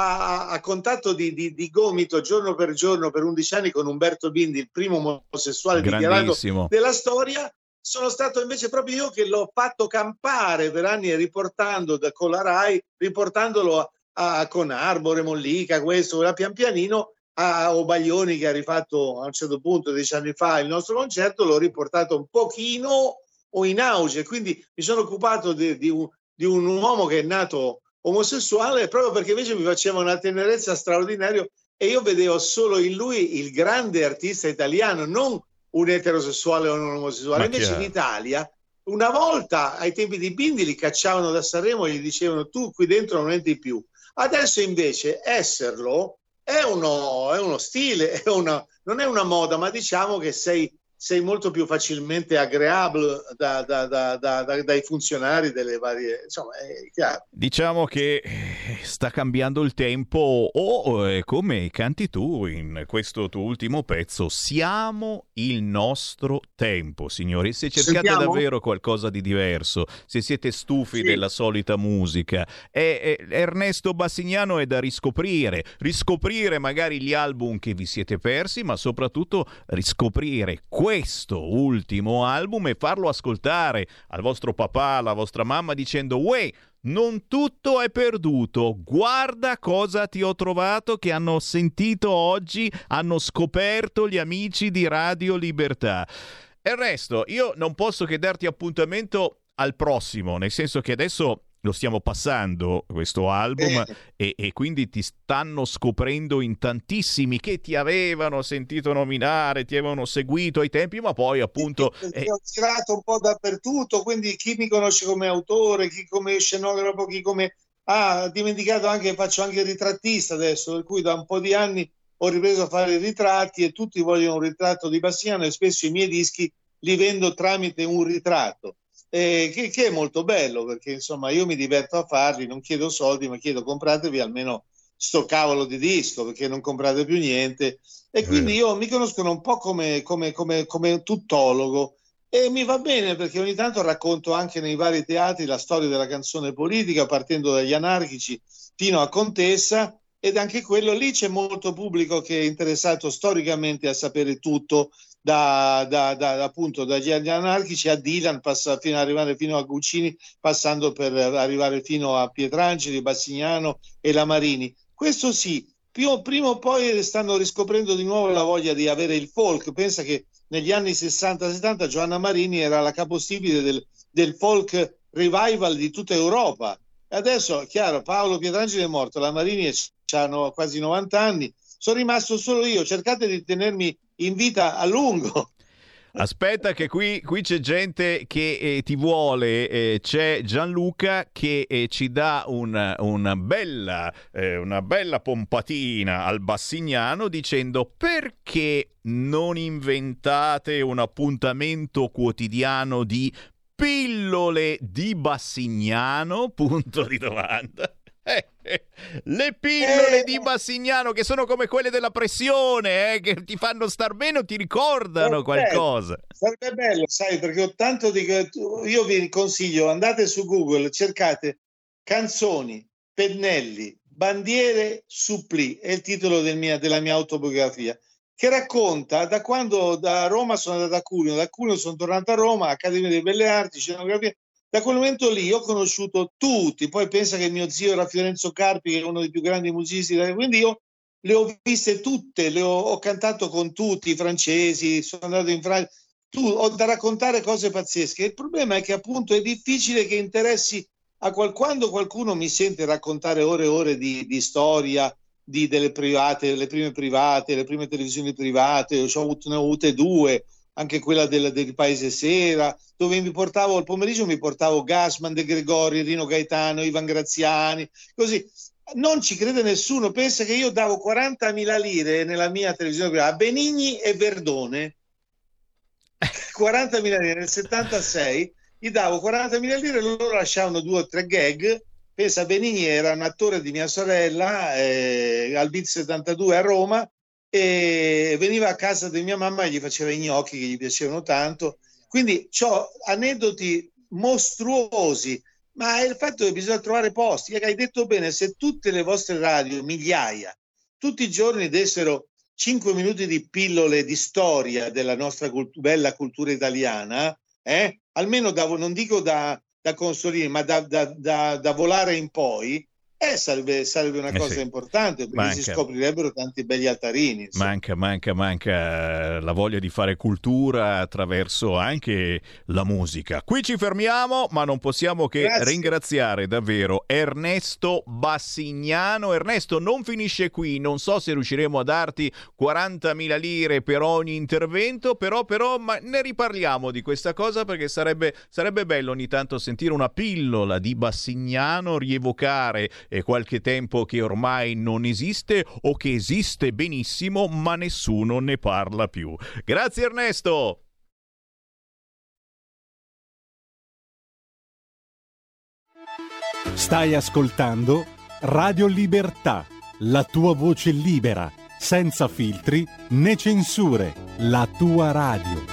a contatto di gomito giorno per 11 anni con Umberto Bindi, il primo omosessuale dichiarato della storia, sono stato invece proprio io che l'ho fatto campare per anni, riportando con la Rai, riportandolo con Arbore, Mollica, questo, pian pianino, a Obaglioni, che ha rifatto a un certo punto 10 anni fa il nostro concerto, l'ho riportato un pochino o in auge, quindi mi sono occupato di un uomo che è nato omosessuale proprio perché invece mi faceva una tenerezza straordinaria e io vedevo solo in lui il grande artista italiano, non un eterosessuale o un omosessuale. Invece in Italia, una volta ai tempi di Bindi, li cacciavano da Sanremo e gli dicevano: tu qui dentro non entri più. Adesso invece esserlo è uno stile, non è una moda, ma diciamo che sei molto più facilmente aggreable dai funzionari delle varie, insomma, è chiaro.
Diciamo che sta cambiando il tempo o come canti tu in questo tuo ultimo pezzo, siamo il nostro tempo, signori. Se cercate davvero qualcosa di diverso, se siete stufi della solita musica, Ernesto Bassignano è da riscoprire magari gli album che vi siete persi, ma soprattutto riscoprire questo ultimo album e farlo ascoltare al vostro papà, alla vostra mamma, dicendo: uè, non tutto è perduto, guarda cosa ti ho trovato, che hanno sentito oggi, hanno scoperto gli amici di Radio Libertà. Ernesto, io non posso che darti appuntamento al prossimo, nel senso che adesso lo stiamo passando questo album e quindi ti stanno scoprendo in tantissimi che ti avevano sentito nominare, ti avevano seguito ai tempi, ma poi appunto
ho girato un po' dappertutto, quindi chi mi conosce come autore, chi come scenografo, chi come dimenticato anche, faccio anche il ritrattista adesso, per cui da un po' di anni ho ripreso a fare i ritratti e tutti vogliono un ritratto di Bassignano e spesso i miei dischi li vendo tramite un ritratto. Che è molto bello, perché insomma io mi diverto a farli, non chiedo soldi, ma chiedo: compratevi almeno sto cavolo di disco, perché non comprate più niente. E quindi io mi conoscono un po' come tuttologo e mi va bene, perché ogni tanto racconto anche nei vari teatri la storia della canzone politica, partendo dagli anarchici fino a Contessa, ed anche quello lì c'è molto pubblico che è interessato storicamente a sapere tutto, appunto dagli anarchici a Dylan, passa fino ad arrivare fino a Guccini, passando per arrivare fino a Pietrangeli, Bassignano e la Marini. Questo sì, prima o poi stanno riscoprendo di nuovo la voglia di avere il folk. Pensa che negli anni 60-70 Giovanna Marini era la capostipite del folk revival di tutta Europa. E adesso, chiaro, Paolo Pietrangeli è morto, la Marini hanno quasi 90 anni, sono rimasto solo io, cercate di tenermi in vita a lungo.
Aspetta che qui c'è gente che ti vuole, c'è Gianluca che ci dà una bella pompatina al Bassignano dicendo: perché non inventate un appuntamento quotidiano di pillole di Bassignano? Punto di domanda. Le pillole di Bassignano, che sono come quelle della pressione, che ti fanno star bene o ti ricordano qualcosa.
Sarebbe bello, sai, perché ho tanto io vi consiglio, andate su Google, cercate canzoni, pennelli, bandiere, supplì, è il titolo della mia autobiografia, che racconta da quando da Roma sono andato a Cuneo, da Cuneo sono tornato a Roma, Accademia delle Belle Arti, scenografia. Da quel momento lì ho conosciuto tutti, poi pensa che mio zio era Fiorenzo Carpi, che è uno dei più grandi musicisti, quindi io le ho viste tutte, ho cantato con tutti, i francesi, sono andato in Francia, ho da raccontare cose pazzesche. Il problema è che appunto è difficile che interessi quando qualcuno mi sente raccontare ore e ore di storia, delle private, le prime televisioni private, ne ho avute due, anche quella del Paese Sera, dove il pomeriggio mi portavo Gassman, De Gregori, Rino Gaetano, Ivan Graziani, così. Non ci crede nessuno, pensa che io davo 40.000 lire nella mia televisione a Benigni e Verdone, 40.000 lire nel 76, gli davo 40.000 lire e loro lasciavano 2 o 3 gag. Pensa, Benigni era un attore di mia sorella al Beat 72 a Roma, e veniva a casa di mia mamma e gli faceva i gnocchi che gli piacevano tanto. Quindi ho aneddoti mostruosi, ma è il fatto che bisogna trovare posti. Hai detto bene, se tutte le vostre radio, migliaia, tutti i giorni dessero 5 minuti di pillole di storia della nostra bella cultura italiana, almeno non dico da consolini, ma da volare in poi, sarebbe una cosa importante, perché si scoprirebbero tanti belli altarini.
Manca la voglia di fare cultura attraverso anche la musica. Qui ci fermiamo, ma non possiamo che ringraziare davvero Ernesto Bassignano. Ernesto, non finisce qui, non so se riusciremo a darti 40.000 lire per ogni intervento, però ma ne riparliamo di questa cosa, perché sarebbe bello ogni tanto sentire una pillola di Bassignano, rievocare qualche tempo che ormai non esiste o che esiste benissimo ma nessuno ne parla più. Grazie Ernesto!
Stai ascoltando Radio Libertà, la tua voce libera, senza filtri né censure, la tua radio.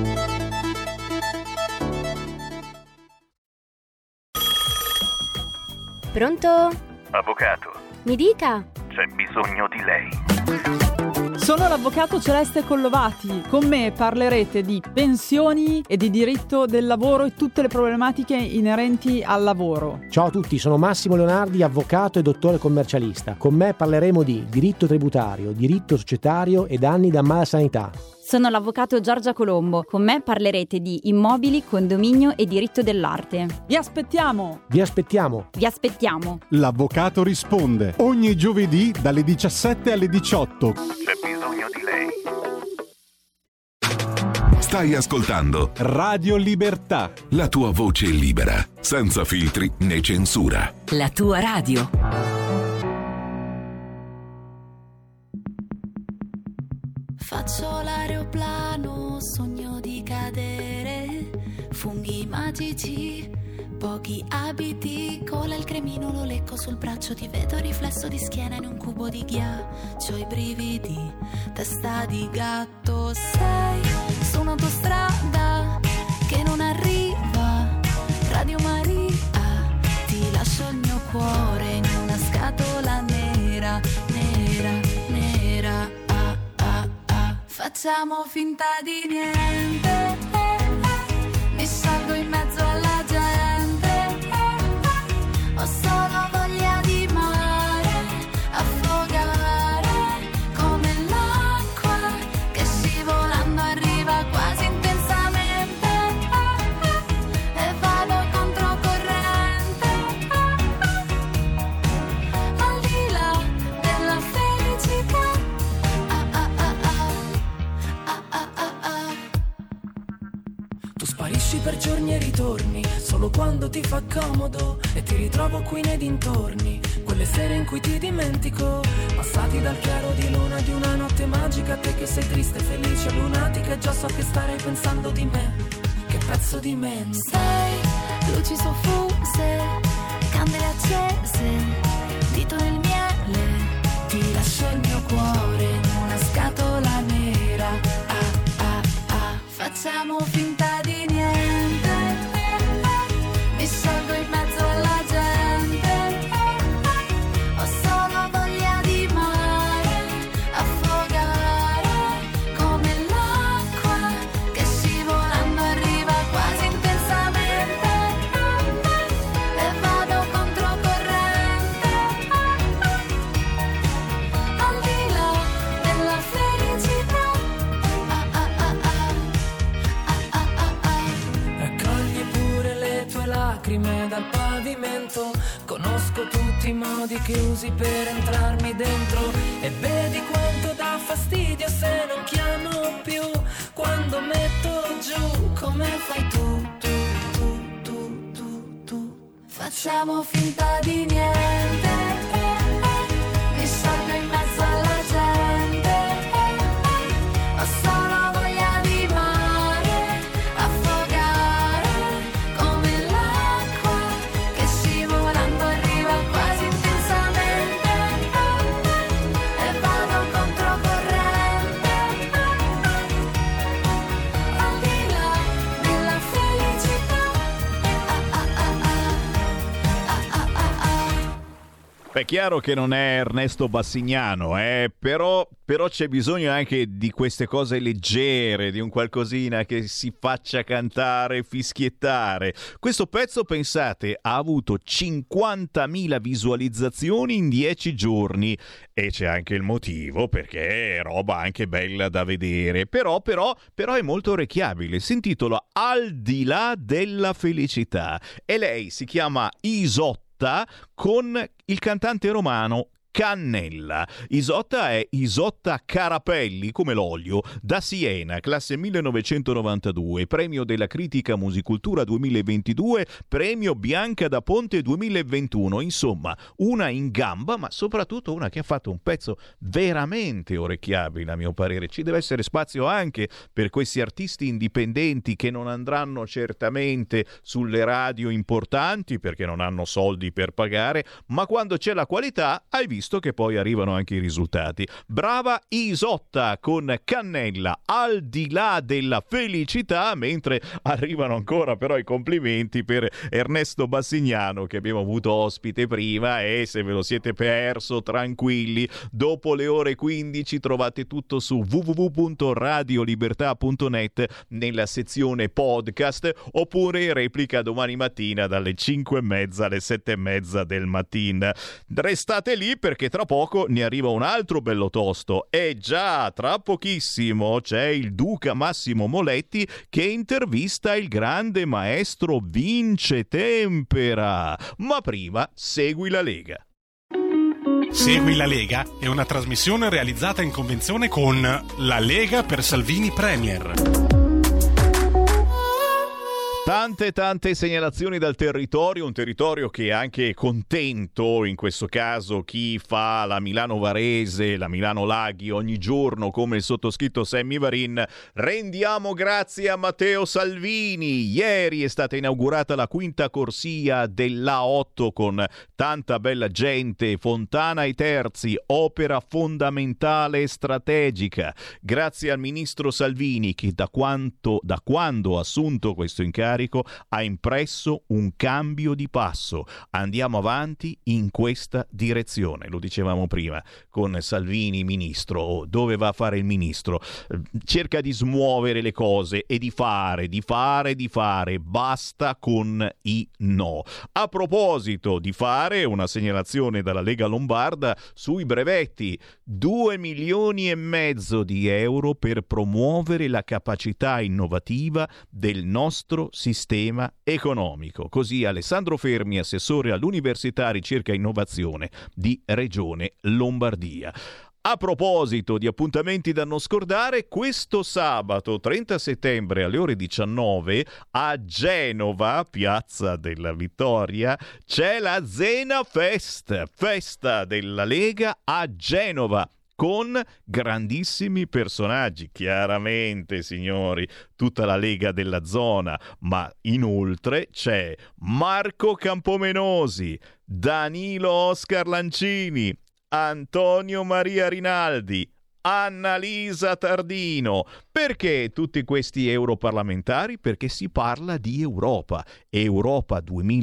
Pronto?
Avvocato,
Mi dica.
c'è bisogno di lei.
Sono l'avvocato Celeste Collovati. Con me parlerete di pensioni e di diritto del lavoro e tutte le problematiche inerenti al lavoro.
Ciao a tutti, sono Massimo Leonardi, avvocato e dottore commercialista. Con me parleremo di diritto tributario, diritto societario e danni da malasanità.
Sono l'avvocato Giorgia Colombo. Con me parlerete di immobili, condominio e diritto dell'arte.
Vi aspettiamo!
Vi aspettiamo!
Vi aspettiamo!
L'avvocato risponde ogni giovedì dalle 17 alle 18.
C'è bisogno di lei.
Stai ascoltando
Radio Libertà,
la tua voce libera, senza filtri né censura.
La tua radio.
Faccio l'aeroplano, sogno di cadere, funghi magici, pochi abiti, cola il cremino, lo lecco sul braccio, ti vedo riflesso di schiena in un cubo di ghiaccio, i brividi, testa di gatto, sei su un'autostrada che non arriva, Radio Maria, ti lascio il mio cuore in una scatola nera. Facciamo finta di niente, mi salgo in mezzo alla gente, ho solo voglia di mare, affogare come l'acqua che scivolando arriva quasi intensamente, e vado controcorrente, al di là della felicità. Tu sparisci per giorni e ritorni, solo quando ti fa comodo, e ti ritrovo qui nei dintorni, quelle sere in cui ti dimentico, passati dal chiaro di luna di una notte magica, te che sei triste, felice, lunatica, e già so che starei pensando di me, che pezzo di mente. Sei, luci soffuse, candele accese, dito nel miele, ti lascio il mio cuore in una scatola nera. Facciamo finta di niente, mi salgo in mezzo alla gente, ho solo voglia di mare, affogare come l'acqua che scivolando arriva quasi intensamente, e vado controcorrente, al di là della felicità. Lacrime dal pavimento, conosco tutti i modi che usi per entrarmi dentro, e vedi quanto dà fastidio se non chiamo più quando metto giù, come fai tu. Facciamo finta di niente, mi salgo in mezzo alla gente, ho solo voglia di mare, affogare come l'acqua che scivolando arriva quasi intensamente, e vado controcorrente, al di là della felicità.
È chiaro che non è Ernesto Bassignano, però c'è bisogno anche di queste cose leggere, di un qualcosina che si faccia cantare, fischiettare. Questo pezzo, pensate, ha avuto 50.000 visualizzazioni in 10 giorni, e c'è anche il motivo, perché è roba anche bella da vedere, però è molto orecchiabile. Si intitola Al di là della felicità, e lei si chiama Isotta, con il cantante romano Cannella. Isotta è Isotta Carapelli, come l'olio, da Siena, classe 1992, premio della Critica Musicultura 2022, premio Bianca da Ponte 2021. Insomma, una in gamba, ma soprattutto una che ha fatto un pezzo veramente orecchiabile, a mio parere. Ci deve essere spazio anche per questi artisti indipendenti che non andranno certamente sulle radio importanti perché non hanno soldi per pagare, ma quando c'è la qualità hai visto che poi arrivano anche i risultati. Brava Isotta con Cannella, Al di là della felicità, mentre arrivano ancora però i complimenti per Ernesto Bassignano, che abbiamo avuto ospite prima, e se ve lo siete perso, tranquilli, dopo le ore 15 trovate tutto su www.radiolibertà.net nella sezione podcast, oppure replica domani mattina dalle 5:30 alle 7:30 del mattino. Restate lì perché tra poco ne arriva un altro bello tosto. E già, tra pochissimo c'è il Duca Massimo Moletti che intervista il grande maestro Vince Tempera. Ma prima segui la Lega.
Segui la Lega è una trasmissione realizzata in convenzione con La Lega per Salvini Premier.
Tante segnalazioni dal territorio, un territorio che è anche contento, in questo caso chi fa la Milano Varese, la Milano Laghi ogni giorno come il sottoscritto Sammy Varin. Rendiamo grazie a Matteo Salvini. Ieri è stata inaugurata la quinta corsia dell'A8 con tanta bella gente, Fontana ai Terzi, opera fondamentale e strategica. Grazie al ministro Salvini che da quando ha assunto questo incarico carico ha impresso un cambio di passo. Andiamo avanti in questa direzione. Lo dicevamo prima con Salvini ministro. Dove va a fare il ministro? Cerca di smuovere le cose e di fare. Basta con i no. A proposito di fare, una segnalazione dalla Lega Lombarda sui brevetti. 2,5 milioni di euro per promuovere la capacità innovativa del nostro sistema economico. Così Alessandro Fermi, assessore all'Università Ricerca e Innovazione di Regione Lombardia. A proposito di appuntamenti da non scordare, questo sabato 30 settembre alle ore 19 a Genova, Piazza della Vittoria, c'è la Zena Fest, festa della Lega a Genova, con grandissimi personaggi, chiaramente, signori, tutta la Lega della zona, ma inoltre c'è Marco Campomenosi, Danilo Oscar Lancini, Antonio Maria Rinaldi, Annalisa Tardino. Perché tutti questi europarlamentari? Perché si parla di Europa. Europa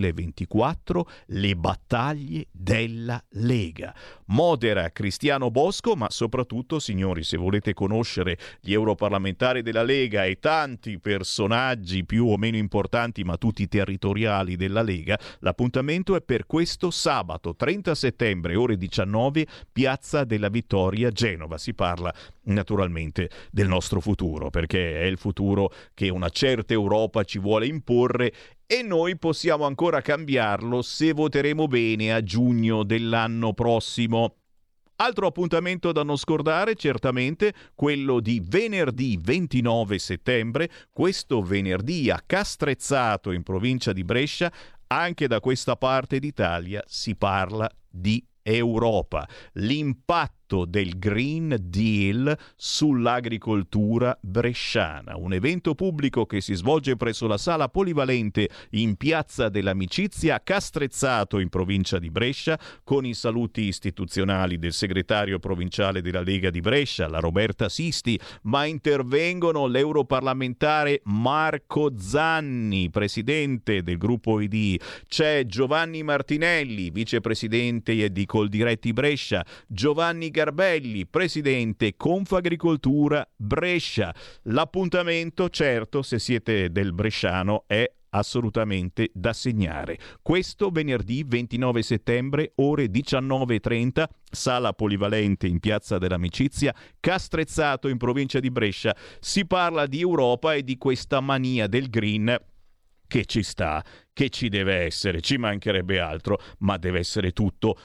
2024, le battaglie della Lega. Modera Cristiano Bosco, ma soprattutto, signori, se volete conoscere gli europarlamentari della Lega e tanti personaggi più o meno importanti, ma tutti territoriali della Lega, l'appuntamento è per questo sabato 30 settembre, ore 19, Piazza della Vittoria, Genova. Si parla naturalmente del nostro futuro, perché è il futuro che una certa Europa ci vuole imporre e noi possiamo ancora cambiarlo se voteremo bene a giugno dell'anno prossimo. Altro appuntamento da non scordare, certamente quello di venerdì 29 settembre, questo venerdì a Castrezzato in provincia di Brescia. Anche da questa parte d'Italia si parla di Europa, l'impatto del Green Deal sull'agricoltura bresciana, un evento pubblico che si svolge presso la sala polivalente in Piazza dell'Amicizia a Castrezzato in provincia di Brescia, con i saluti istituzionali del segretario provinciale della Lega di Brescia, la Roberta Sisti, ma intervengono l'europarlamentare Marco Zanni, presidente del gruppo ID, c'è Giovanni Martinelli, vicepresidente di Coldiretti Brescia, Giovanni Garbelli, presidente Confagricoltura Brescia. L'appuntamento, certo, se siete del bresciano, è assolutamente da segnare. Questo venerdì 29 settembre, ore 19:30, sala polivalente in Piazza dell'Amicizia, Castrezzato in provincia di Brescia. Si parla di Europa e di questa mania del green che ci sta, che ci deve essere, ci mancherebbe altro, ma deve essere tutto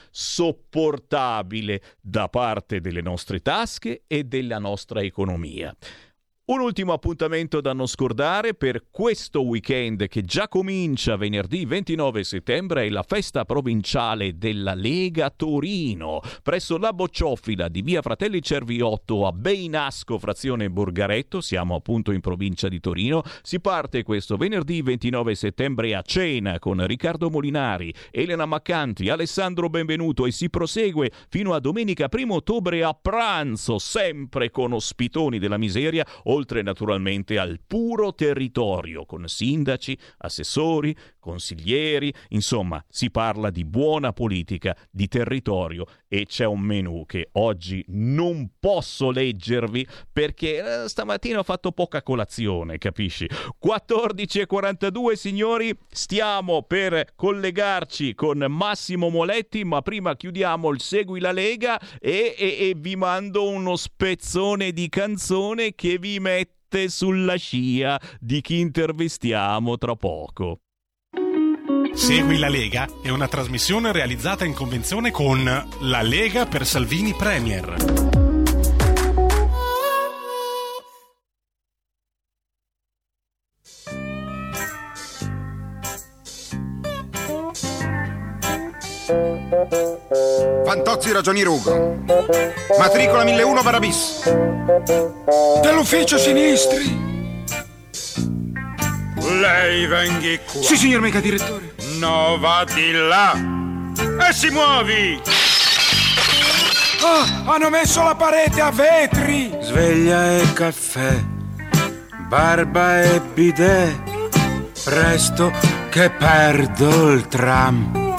sopportabile da parte delle nostre tasche e della nostra economia. Un ultimo appuntamento da non scordare per questo weekend che già comincia venerdì 29 settembre è la festa provinciale della Lega Torino presso la Bocciofila di via Fratelli Cerviotto a Beinasco, frazione Borgaretto. Siamo appunto in provincia di Torino. Si parte questo venerdì 29 settembre a cena con Riccardo Molinari, Elena Maccanti, Alessandro Benvenuto e si prosegue fino a domenica 1 ottobre a pranzo, sempre con ospitoni della miseria, oltre naturalmente al puro territorio, con sindaci, assessori, consiglieri, insomma si parla di buona politica, di territorio e c'è un menù che oggi non posso leggervi perché stamattina ho fatto poca colazione, capisci? 14:42 signori, stiamo per collegarci con Massimo Moletti, ma prima chiudiamo il Segui la Lega e vi mando uno spezzone di canzone che vi mette sulla scia di chi intervistiamo tra poco.
Segui la Lega è una trasmissione realizzata in convenzione con La Lega per Salvini Premier.
Fantozzi Ragioni Rugo, matricola 1001 Barabis,
dell'ufficio sinistri.
Lei venghi qua.
Sì, signor mega direttore.
No, va di là e si muovi.
Ah, hanno messo la parete a vetri.
Sveglia e caffè, barba e bidet,
presto che perdo il tram.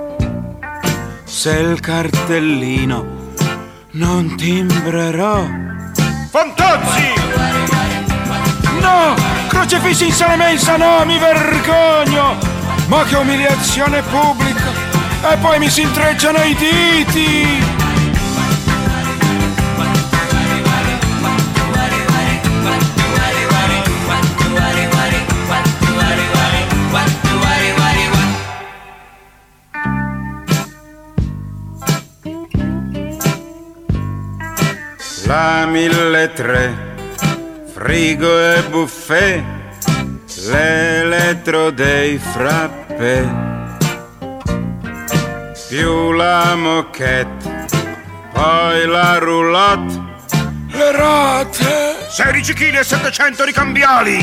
Se il cartellino non timbrerò.
Fantozzi!
No! Crocefissi in sala mensa, no, mi vergogno! Ma che umiliazione pubblica! E poi mi si intrecciano i diti! La 1300, frigo e buffet, l'elettro dei frappè, più la moquette, poi la roulotte, le rate,
16 kg e 700 ricambiali.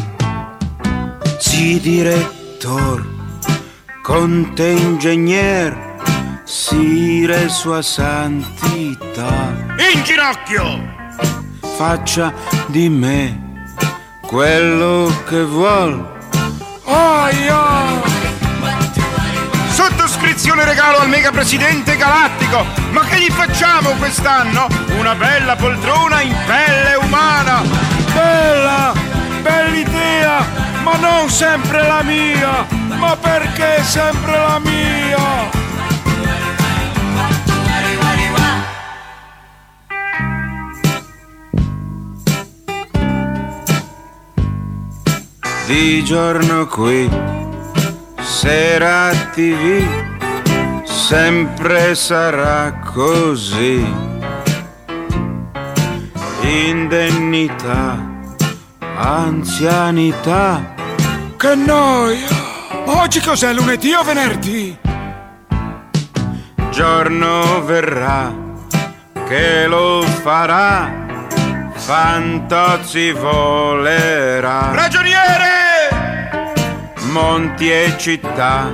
Sì, direttor, conte ingegner, sire sua santità,
in ginocchio!
Faccia di me quello che vuol.
Sottoscrizione regalo al mega presidente galattico. Ma che gli facciamo quest'anno? Una bella poltrona in pelle umana.
Bella, bella idea, ma non sempre la mia. Ma perché sempre la mia? Di giorno qui, sera TV, sempre sarà così. Indennità, anzianità. Che noia! Oggi cos'è, lunedì o venerdì? Giorno verrà che lo farà. Fantozzi volerà.
Ragioniere!
Monti e città,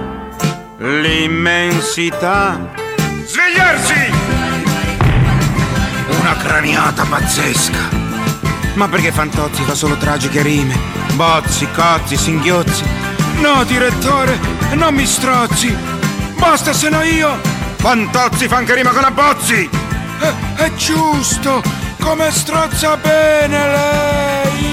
l'immensità.
Svegliarsi!
Una craniata pazzesca. Ma perché Fantozzi fa solo tragiche rime? Bozzi, cozzi, singhiozzi. No, direttore, non mi strozzi. Basta, se no io.
Fantozzi fa anche rima con abbozzi.
È giusto. Come strozza bene lei!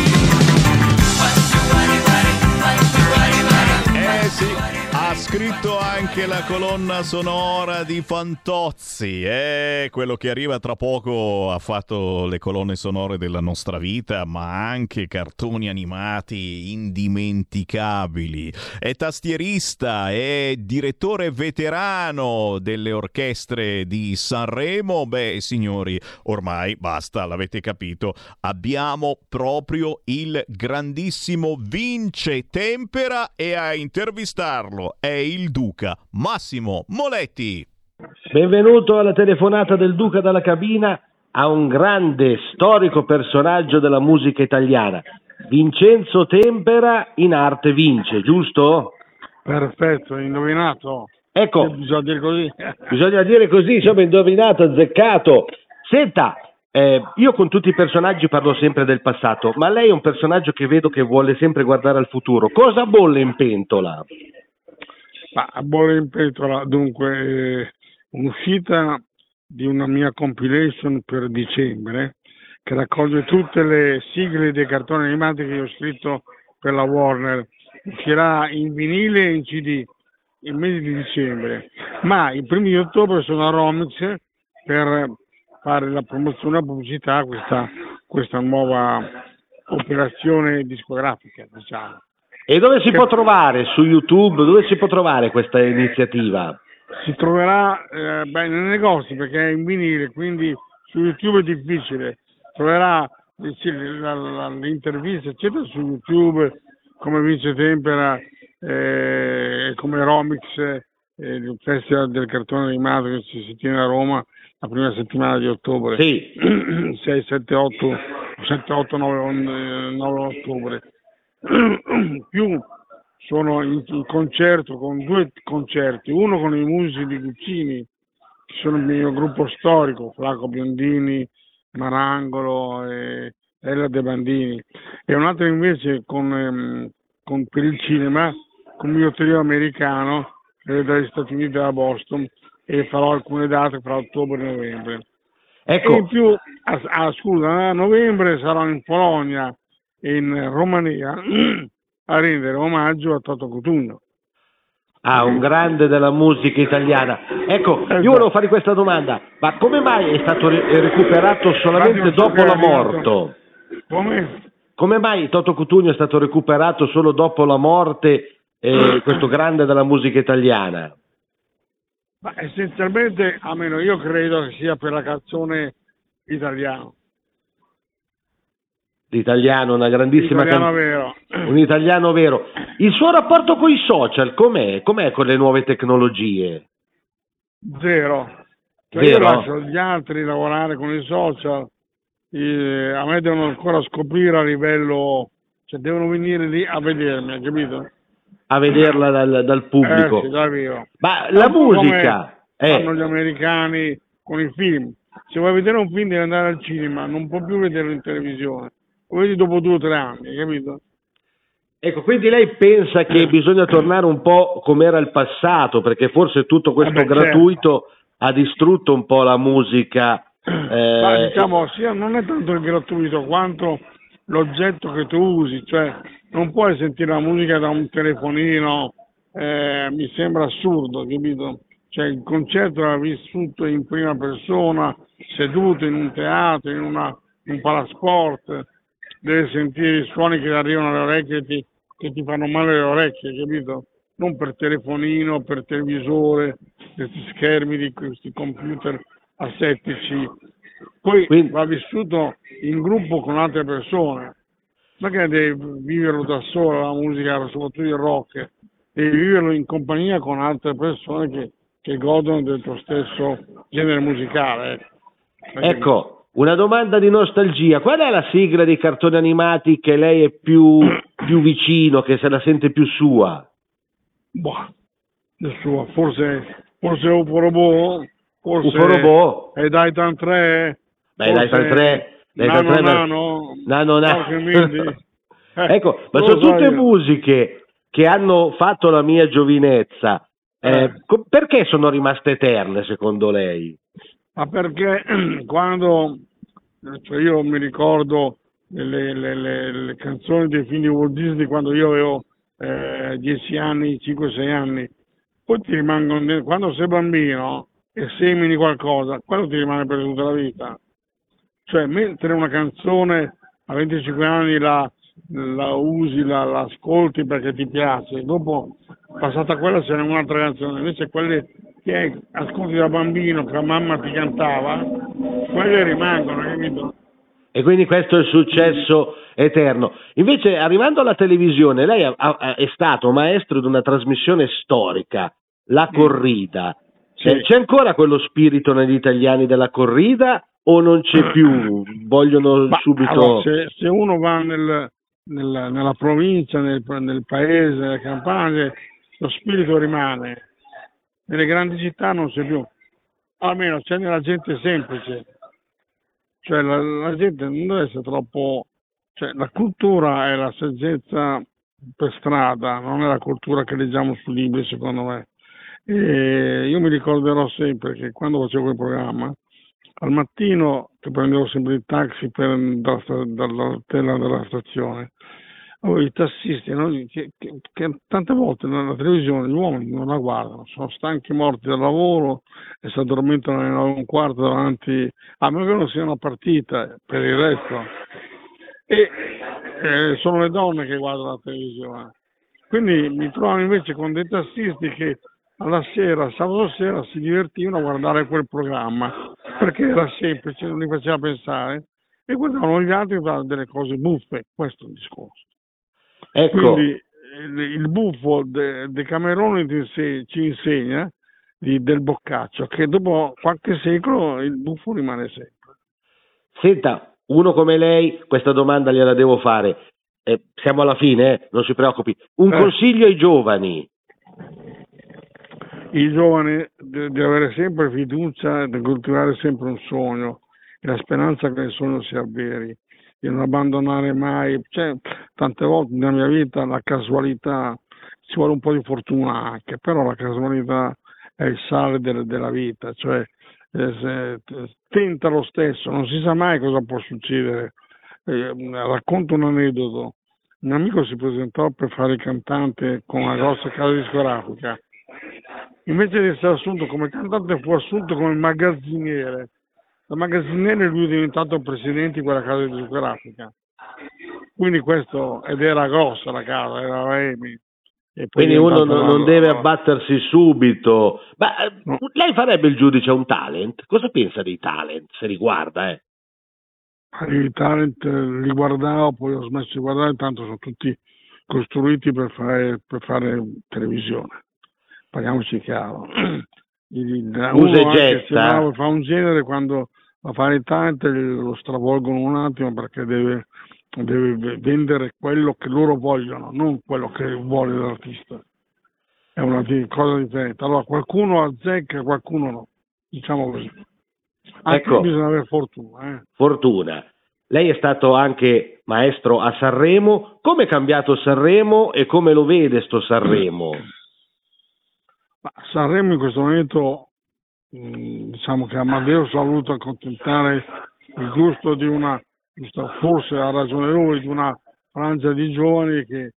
Sì, ha scritto anche la colonna sonora di Fantozzi, quello che arriva tra poco. Ha fatto le colonne sonore della nostra vita, ma anche cartoni animati indimenticabili. È tastierista, è direttore veterano delle orchestre di Sanremo. Beh, signori, ormai basta, l'avete capito, abbiamo proprio il grandissimo Vince Tempera e a intervistarlo è il Duca Massimo Moletti.
Benvenuto alla telefonata del Duca dalla cabina a un grande storico personaggio della musica italiana, Vincenzo Tempera, in arte Vince, giusto?
Perfetto, indovinato.
Ecco,
bisogna dire così.
Bisogna dire così, insomma, indovinato, azzeccato. Senta, io con tutti i personaggi parlo sempre del passato, ma lei è un personaggio che vedo che vuole sempre guardare al futuro. Cosa bolle in pentola?
A bolle in pentola, dunque, un'uscita di una mia compilation per dicembre, che raccoglie tutte le sigle dei cartoni animati che io ho scritto per la Warner. Uscirà in vinile e in CD il mese di dicembre, ma i primi di ottobre sono a Romix per fare la promozione e la pubblicità a questa nuova operazione discografica, diciamo.
E dove si può trovare? Su YouTube? Dove si può trovare questa iniziativa?
Si troverà nei negozi, perché è in vinile, quindi su YouTube è difficile. Troverà l'intervista eccetera su YouTube, come Vince Tempera, come Romix, il festival del cartone animato che si tiene a Roma la prima settimana di ottobre.
Sì.
6, 7, 8, 9 ottobre. Più sono in concerto con 2 concerti, uno con i musici di Guccini, che sono il mio gruppo storico, Flaco Biondini, Marangolo e Ella De Bandini, e un altro invece con per il cinema con il mio trio americano dagli Stati Uniti a Boston, e farò alcune date fra ottobre e novembre.
Ecco.
E in più, a novembre sarò in Polonia e in Romania a rendere omaggio a Toto Cutugno.
Un grande della musica italiana. Ecco, io volevo fare questa domanda, ma come mai è stato recuperato solamente dopo la morte? Come mai Toto Cutugno è stato recuperato solo dopo la morte, questo grande della musica italiana?
Ma essenzialmente, almeno io credo che sia per la canzone italiana.
L'italiano, una grandissima
vero.
Un italiano vero. Il suo rapporto con i social com'è? Com'è con le nuove tecnologie?
Zero. Io lascio gli altri lavorare con i social, a me devono ancora scoprire a livello, cioè devono venire lì a vedermi, hai capito?
A vederla dal pubblico.
Sì, dai, vero.
Ma la musica
fanno gli americani con i film. Se vuoi vedere un film devi andare al cinema, non puoi più vederlo in televisione. Lo vedi dopo 2 o 3 anni, capito?
Ecco, quindi lei pensa che bisogna tornare un po' come era il passato, perché forse tutto questo gratuito ha distrutto un po' la musica.
Ma diciamo, non è tanto il gratuito quanto l'oggetto che tu usi, cioè non puoi sentire la musica da un telefonino, mi sembra assurdo, capito? Cioè il concerto era vissuto in prima persona, seduto in un teatro, in un palasport, devi sentire i suoni che arrivano alle orecchie che ti fanno male le orecchie, capito? Non per telefonino, per televisore, questi schermi di questi computer asettici. Poi va vissuto in gruppo con altre persone, non che devi viverlo da solo la musica, soprattutto il rock, devi viverlo in compagnia con altre persone che godono del tuo stesso genere musicale.
Ecco, una domanda di nostalgia: qual è la sigla dei cartoni animati che lei è più vicino, che se la sente più sua?
Sua, forse Upo Robot, forse
Upo Robot
e Daitan 3.
Beh, Daitan 3, Nano. Ecco, ma sono tutte musiche che hanno fatto la mia giovinezza. Perché sono rimaste eterne secondo lei?
Ma perché quando, cioè io mi ricordo le canzoni dei film di Walt Disney quando io avevo 10 anni, 5-6 anni, poi ti rimangono, quando sei bambino e semini qualcosa, quello ti rimane per tutta la vita. Cioè, mentre una canzone a 25 anni la usi, la ascolti perché ti piace, dopo, passata quella, ce n'è un'altra canzone, invece quelle che ascolti da bambino, che la mamma ti cantava, quelle rimangono, capito?
E quindi questo è il successo eterno. Invece, arrivando alla televisione, lei è stato maestro di una trasmissione storica, La Corrida. Sì. C'è ancora quello spirito negli italiani della corrida o non c'è più? Vogliono subito...
Allora, se uno va nella provincia, nel paese, nelle campagne, lo spirito rimane. Nelle grandi città non c'è più. Almeno c'è nella gente semplice. Cioè la gente non deve essere troppo... Cioè la cultura è la saggezza per strada, non è la cultura che leggiamo sui libri, secondo me. E io mi ricorderò sempre che quando facevo quel programma, al mattino che prendevo sempre il taxi dalla tela della stazione, avevo i tassisti, no? che tante volte nella televisione gli uomini non la guardano, sono stanchi morti dal lavoro e si addormentano alle 9:15 davanti, a meno che non sia una partita, per il resto. E sono le donne che guardano la televisione. Quindi mi trovavo invece con dei tassisti che alla sera, sabato sera, si divertivano a guardare quel programma perché era semplice, non li faceva pensare, e guardavano gli altri e guardavano delle cose buffe. Questo è il discorso.
Ecco.
Quindi il buffo De Camerone ci insegna del Boccaccio che dopo qualche secolo il buffo rimane sempre.
Senta, uno come lei, questa domanda gliela devo fare. Siamo alla fine, non si preoccupi. Un consiglio ai giovani.
I giovani di avere sempre fiducia, di coltivare sempre un sogno e la speranza che il sogno si avveri. di non abbandonare mai. Cioè, tante volte nella mia vita la casualità, ci vuole un po' di fortuna anche, però la casualità è il sale della vita, cioè tenta lo stesso, non si sa mai cosa può succedere. Racconto un aneddoto. Un amico si presentò per fare il cantante con una grossa casa discografica. Invece di essere assunto come cantante fu assunto come magazziniere. Da magazziniere lui è diventato presidente di quella casa discografica. Quindi questo, ed era grossa la casa, era EMI.
Quindi uno non deve abbattersi subito. Ma lei farebbe il giudice a un talent? Cosa pensa dei talent, se li guarda?
I talent li guardavo, poi ho smesso di guardare, tanto sono tutti costruiti per fare televisione. Parliamoci chiaro. Uno
e getta.
Fa un genere, quando va a fare il talent lo stravolgono un attimo perché deve vendere quello che loro vogliono, non quello che vuole l'artista. È una cosa differente. Allora qualcuno azzecca, qualcuno no, diciamo così. Anche bisogna avere fortuna.
Fortuna. Lei è stato anche maestro a Sanremo. Come è cambiato Sanremo e come lo vede sto Sanremo?
Sanremo in questo momento, diciamo che Amadeus ha voluto accontentare il gusto di una, forse ha ragione lui, di una frangia di giovani che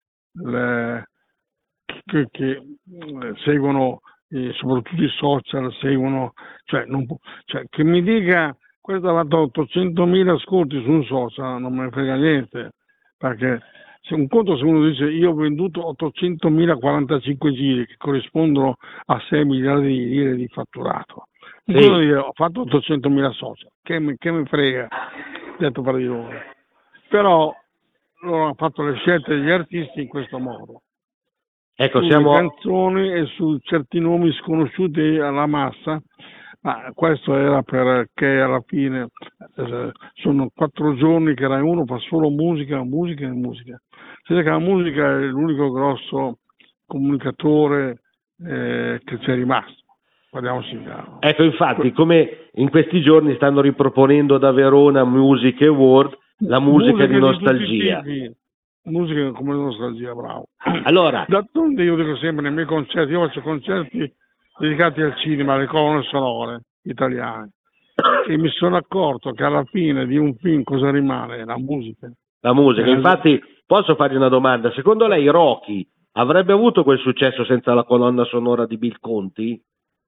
seguono soprattutto i social, seguono, cioè che mi dica questo ha fatto 800.000 ascolti su un social, non me ne frega niente, perché se un conto, se uno dice io ho venduto 800.045 giri che corrispondono a 6 miliardi di lire di fatturato, sì. Dire, ho fatto 800.000 social, che mi frega, detto per di loro. Però loro hanno fatto le scelte degli artisti in questo modo.
Ecco,
sulle canzoni e su certi nomi sconosciuti alla massa, ma questo era perché alla fine sono 4 giorni che Rai 1 fa solo musica. Vedete che la musica è l'unico grosso comunicatore che c'è rimasto, parliamoci chiaro.
Ecco, infatti, come in questi giorni stanno riproponendo da Verona Music Award la musica di nostalgia.
Musica come nostalgia, bravo.
Allora,
d'altronde io dico sempre nei miei concerti, io faccio concerti dedicati al cinema, alle colonne sonore italiane, e mi sono accorto che alla fine di un film cosa rimane? La musica.
La musica, infatti posso fargli una domanda, secondo lei Rocky avrebbe avuto quel successo senza la colonna sonora di Bill Conti?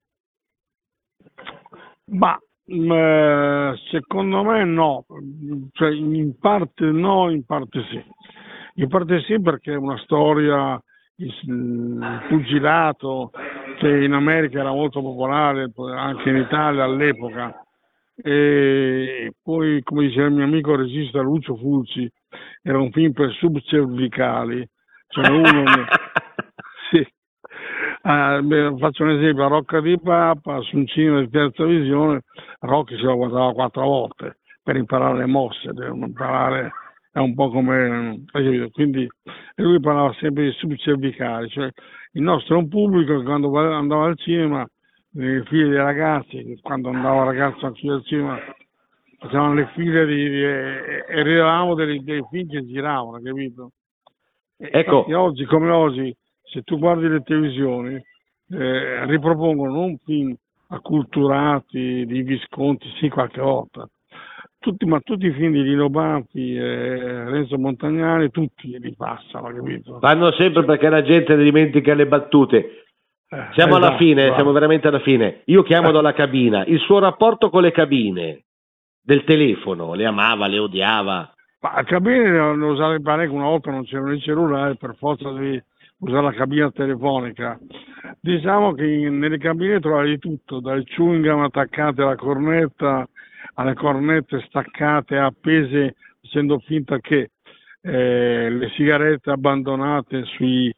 Ma secondo me no, cioè in parte no, in parte sì. In parte sì, perché è una storia, il pugilato, che in America era molto popolare, anche in Italia all'epoca, e poi, come diceva il mio amico regista Lucio Fulci, era un film per subcervicali, cioè uno sì. Faccio un esempio, a Rocca di Papa, su un cinema di terza visione, Rocky se lo guardava 4 volte per imparare le mosse, per imparare. È un po' come, quindi lui parlava sempre di subcervicali, cioè il nostro è un pubblico che quando andava al cinema, le file dei ragazzi, quando andava ragazzo anche al cinema, facevano le file e ridevamo dei film che giravano, capito?
Ecco.
E oggi come oggi, se tu guardi le televisioni, ripropongono non film acculturati di Visconti, sì, qualche volta. Ma tutti i film di Lino Banfi, Renzo Montagnani, tutti li passano, capito?
Fanno sempre perché la gente dimentica le battute. Siamo alla fine, siamo veramente alla fine. Io chiamo dalla cabina. Il suo rapporto con le cabine del telefono, le amava, le odiava?
Ma le cabine ne usare parecchio, una volta non c'erano i cellulari, per forza devi usare la cabina telefonica. Diciamo che nelle cabine trovavi di tutto, dal chewing gum attaccate alla cornetta, alle cornette staccate, appese, facendo finta che le sigarette abbandonate sui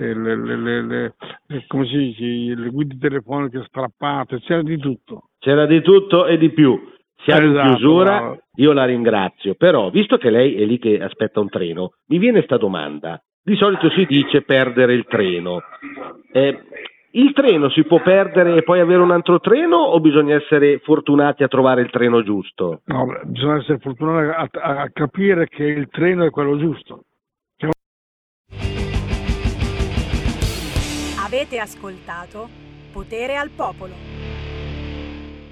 come si dice, le guide telefoniche strappate, c'era di tutto.
C'era di tutto e di più. Siamo in chiusura, bravo. Io la ringrazio, però visto che lei è lì che aspetta un treno, mi viene sta domanda. Di solito si dice perdere il treno. Il treno si può perdere e poi avere un altro treno o bisogna essere fortunati a trovare il treno giusto?
No, bisogna essere fortunati a capire che il treno è quello giusto.
Avete ascoltato Potere al Popolo.